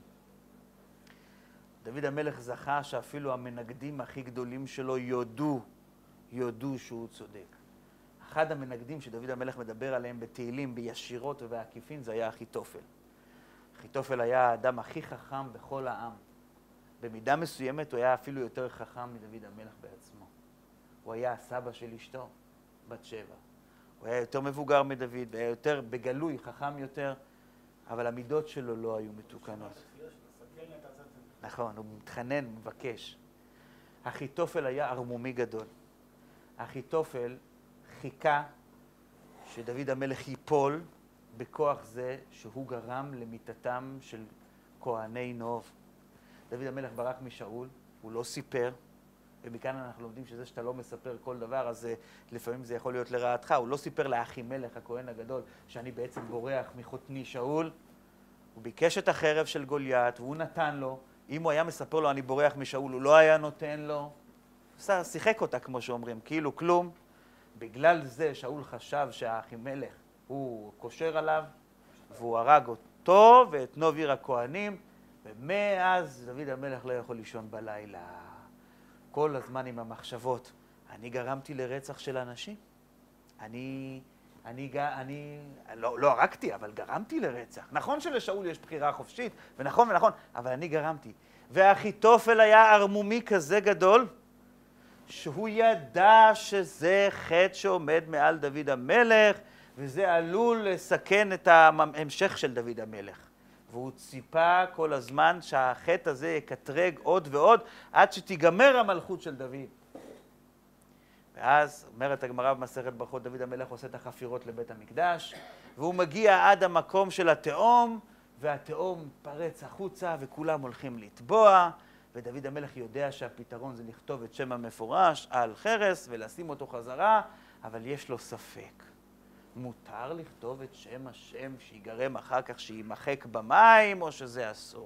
דוד המלך זכה שאפילו המנגדים הכי גדולים שלו יודו שהוא צודק. אחד המנגדים שדוד המלך מדבר עליהם בתהילים, בישירות ובעקיפין, זה היה אחיתופל. אחיתופל היה האדם הכי חכם בכל העם. במידה מסוימת הוא היה אפילו יותר חכם מדוד המלך בעצמו. הוא היה הסבא של אשתו, בת שבע. הוא היה יותר מבוגר מדוד, והיה יותר בגלוי, חכם יותר, אבל המידות שלו לא היו מתוקנות. נכון, הוא מתחנן, מבקש. אחיתופל היה ערמומי גדול. אחיתופל חיכה שדוד המלך ייפול בכוח זה שהוא גרם למיתתם של כהני נוב. דוד המלך ברח משאול, הוא לא סיפר, ומכאן אנחנו לומדים שזה שאתה לא מספר כל דבר, אז לפעמים זה יכול להיות לרעתך. הוא לא סיפר לאחימלך, הכהן הגדול, שאני בעצם בורח מחותני שאול. הוא ביקש את החרב של גוליית, והוא נתן לו. אם הוא היה מספר לו, אני בורח משאול, הוא לא היה נותן לו. שיחק אותה, כמו שאומרים, כאילו כלום. בגלל זה שאול חשב שהאחימלך הוא קושר עליו, והוא הרג אותו ואת נוב עיר הכהנים, ומאז דוד המלך לא יכול לישון בלילה. כל הזמן עם המחשבות. אני גרמתי לרצח של אנשים. לא הרגתי, אבל גרמתי לרצח. נכון שלשאול יש בחירה חופשית, ונכון, אבל אני גרמתי. ואחיתופל היה ערמומי כזה גדול, שהוא ידע שזה חטא שעומד מעל דוד המלך, וזה עלול לסכן את ההמשך של דוד המלך. והוא ציפה כל הזמן שהחטא הזה יקטרג עוד ועוד, עד שתיגמר המלכות של דוד. ואז אומרת הגמרא במסכת ברכות, דוד המלך עושה את החפירות לבית המקדש, והוא מגיע עד המקום של התהום, והתהום פרץ החוצה, וכולם הולכים לטבוע, ודוד המלך יודע שהפתרון זה לכתוב את שם המפורש על חרס ולשים אותו חזרה, אבל יש לו ספק. מותר לכתוב את שם השם שיגרם אחר כך שימחק במים, או שזה אסור?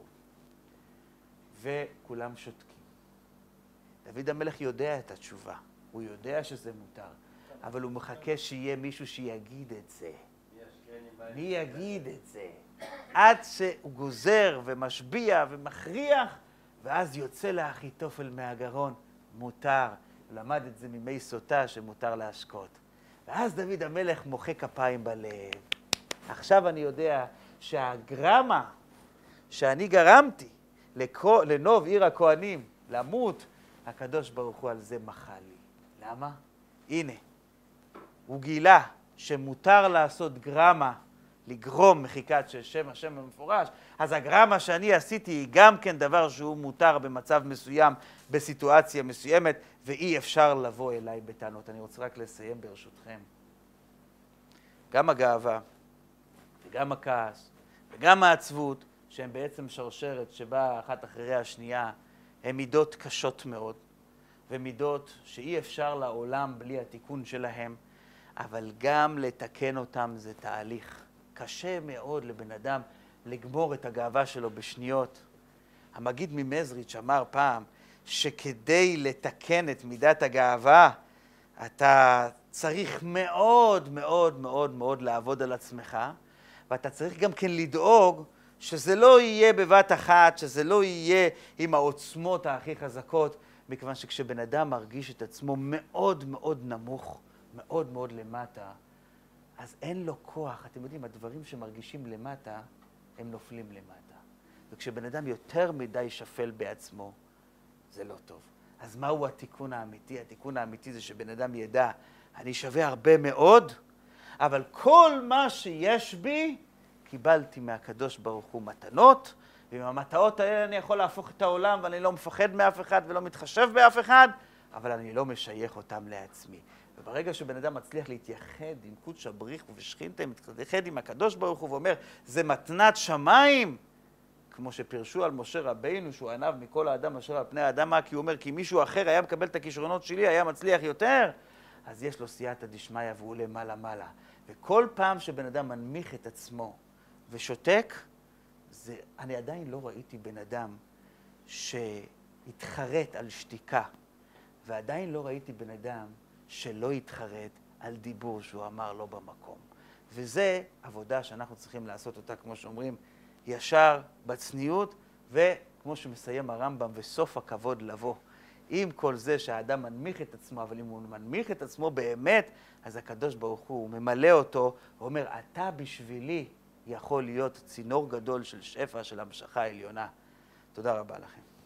וכולם שותקים. דוד המלך יודע את התשובה, הוא יודע שזה מותר, אבל הוא מחכה שיהיה מישהו שיגיד את זה. מי יגיד את זה? עד שהוא גוזר ומשביע ומכריח, ואז יוצא לאחיתופל מהגרון, מותר. הוא למד את זה ממי סוטה שמותר להשקות. ואז דוד המלך מוחא כפיים בלב. עכשיו אני יודע שהגרמה שאני גרמתי לנוב עיר הכהנים למות, הקדוש ברוך הוא על זה מחה לי. למה? הנה, הוא גילה שמותר לעשות גרמה, לגרום מחיקת של שם השם המפורש, אז הגרמה שאני עשיתי היא גם כן דבר שהוא מותר במצב מסוים, בסיטואציה מסוימת, ואי אפשר לבוא אליי בטענות. אני רוצה רק לסיים ברשותכם. גם הגאווה, וגם הכעס, וגם העצבות, שהן בעצם שרשרת שבאה אחת אחרי השנייה, הן מידות קשות מאוד, ומידות שאי אפשר לעולם בלי התיקון שלהם, אבל גם לתקן אותם זה תהליך. קשה מאוד לבן אדם לגמור את הגאווה שלו בשניות. המגיד ממזריץ' אמר פעם שכדי לתקן את מידת הגאווה, אתה צריך מאוד מאוד מאוד מאוד לעבוד על עצמך, ואתה צריך גם כן לדאוג שזה לא יהיה בבת אחת, שזה לא יהיה עם העוצמות הכי חזקות, מכיוון שכשבן אדם מרגיש את עצמו מאוד מאוד נמוך, מאוד מאוד למטה, אז אין לו כוח. אתם יודעים, הדברים שמרגישים למטה, הם נופלים למטה. וכשבן אדם יותר מדי שפל בעצמו, זה לא טוב. אז מהו התיקון האמיתי? התיקון האמיתי זה שבן אדם ידע, אני שווה הרבה מאוד, אבל כל מה שיש בי, קיבלתי מהקדוש ברוך הוא מתנות, ועם המטעות האלה אני יכול להפוך את העולם, ואני לא מפחד מאף אחד ולא מתחשב באף אחד, אבל אני לא משייך אותם לעצמי. וברגע שבן אדם מצליח להתייחד עם קודש הבריך ובשכינתא, מתייחד עם הקדוש ברוך הוא ואומר, זה מתנת שמיים, כמו שפרשו על משה רבינו, שהוא ענב מכל האדם אשר על פני האדמה, כי הוא אומר, כי מישהו אחר היה מקבל את הכישרונות שלי, היה מצליח יותר, אז יש לו סייעתא דשמיא והוא עולה מעלה. וכל פעם שבן אדם מנמיך את עצמו ושותק, אני עדיין לא ראיתי בן אדם שהתחרט על שתיקה, ועדיין לא ראיתי בן אדם שלא יתחרט על דיבור שהוא אמר לא במקום. וזה עבודה שאנחנו צריכים לעשות אותה, כמו שאומרים, ישר, בצניעות, וכמו שמסיים הרמב"ם, וסוף הכבוד לבוא. עם כל זה שהאדם מנמיך את עצמו, אבל אם הוא מנמיך את עצמו באמת, אז הקדוש ברוך הוא ממלא אותו, ואומר, אתה בשבילי יכול להיות צינור גדול של שפע, של המשכה עליונה. תודה רבה לכם.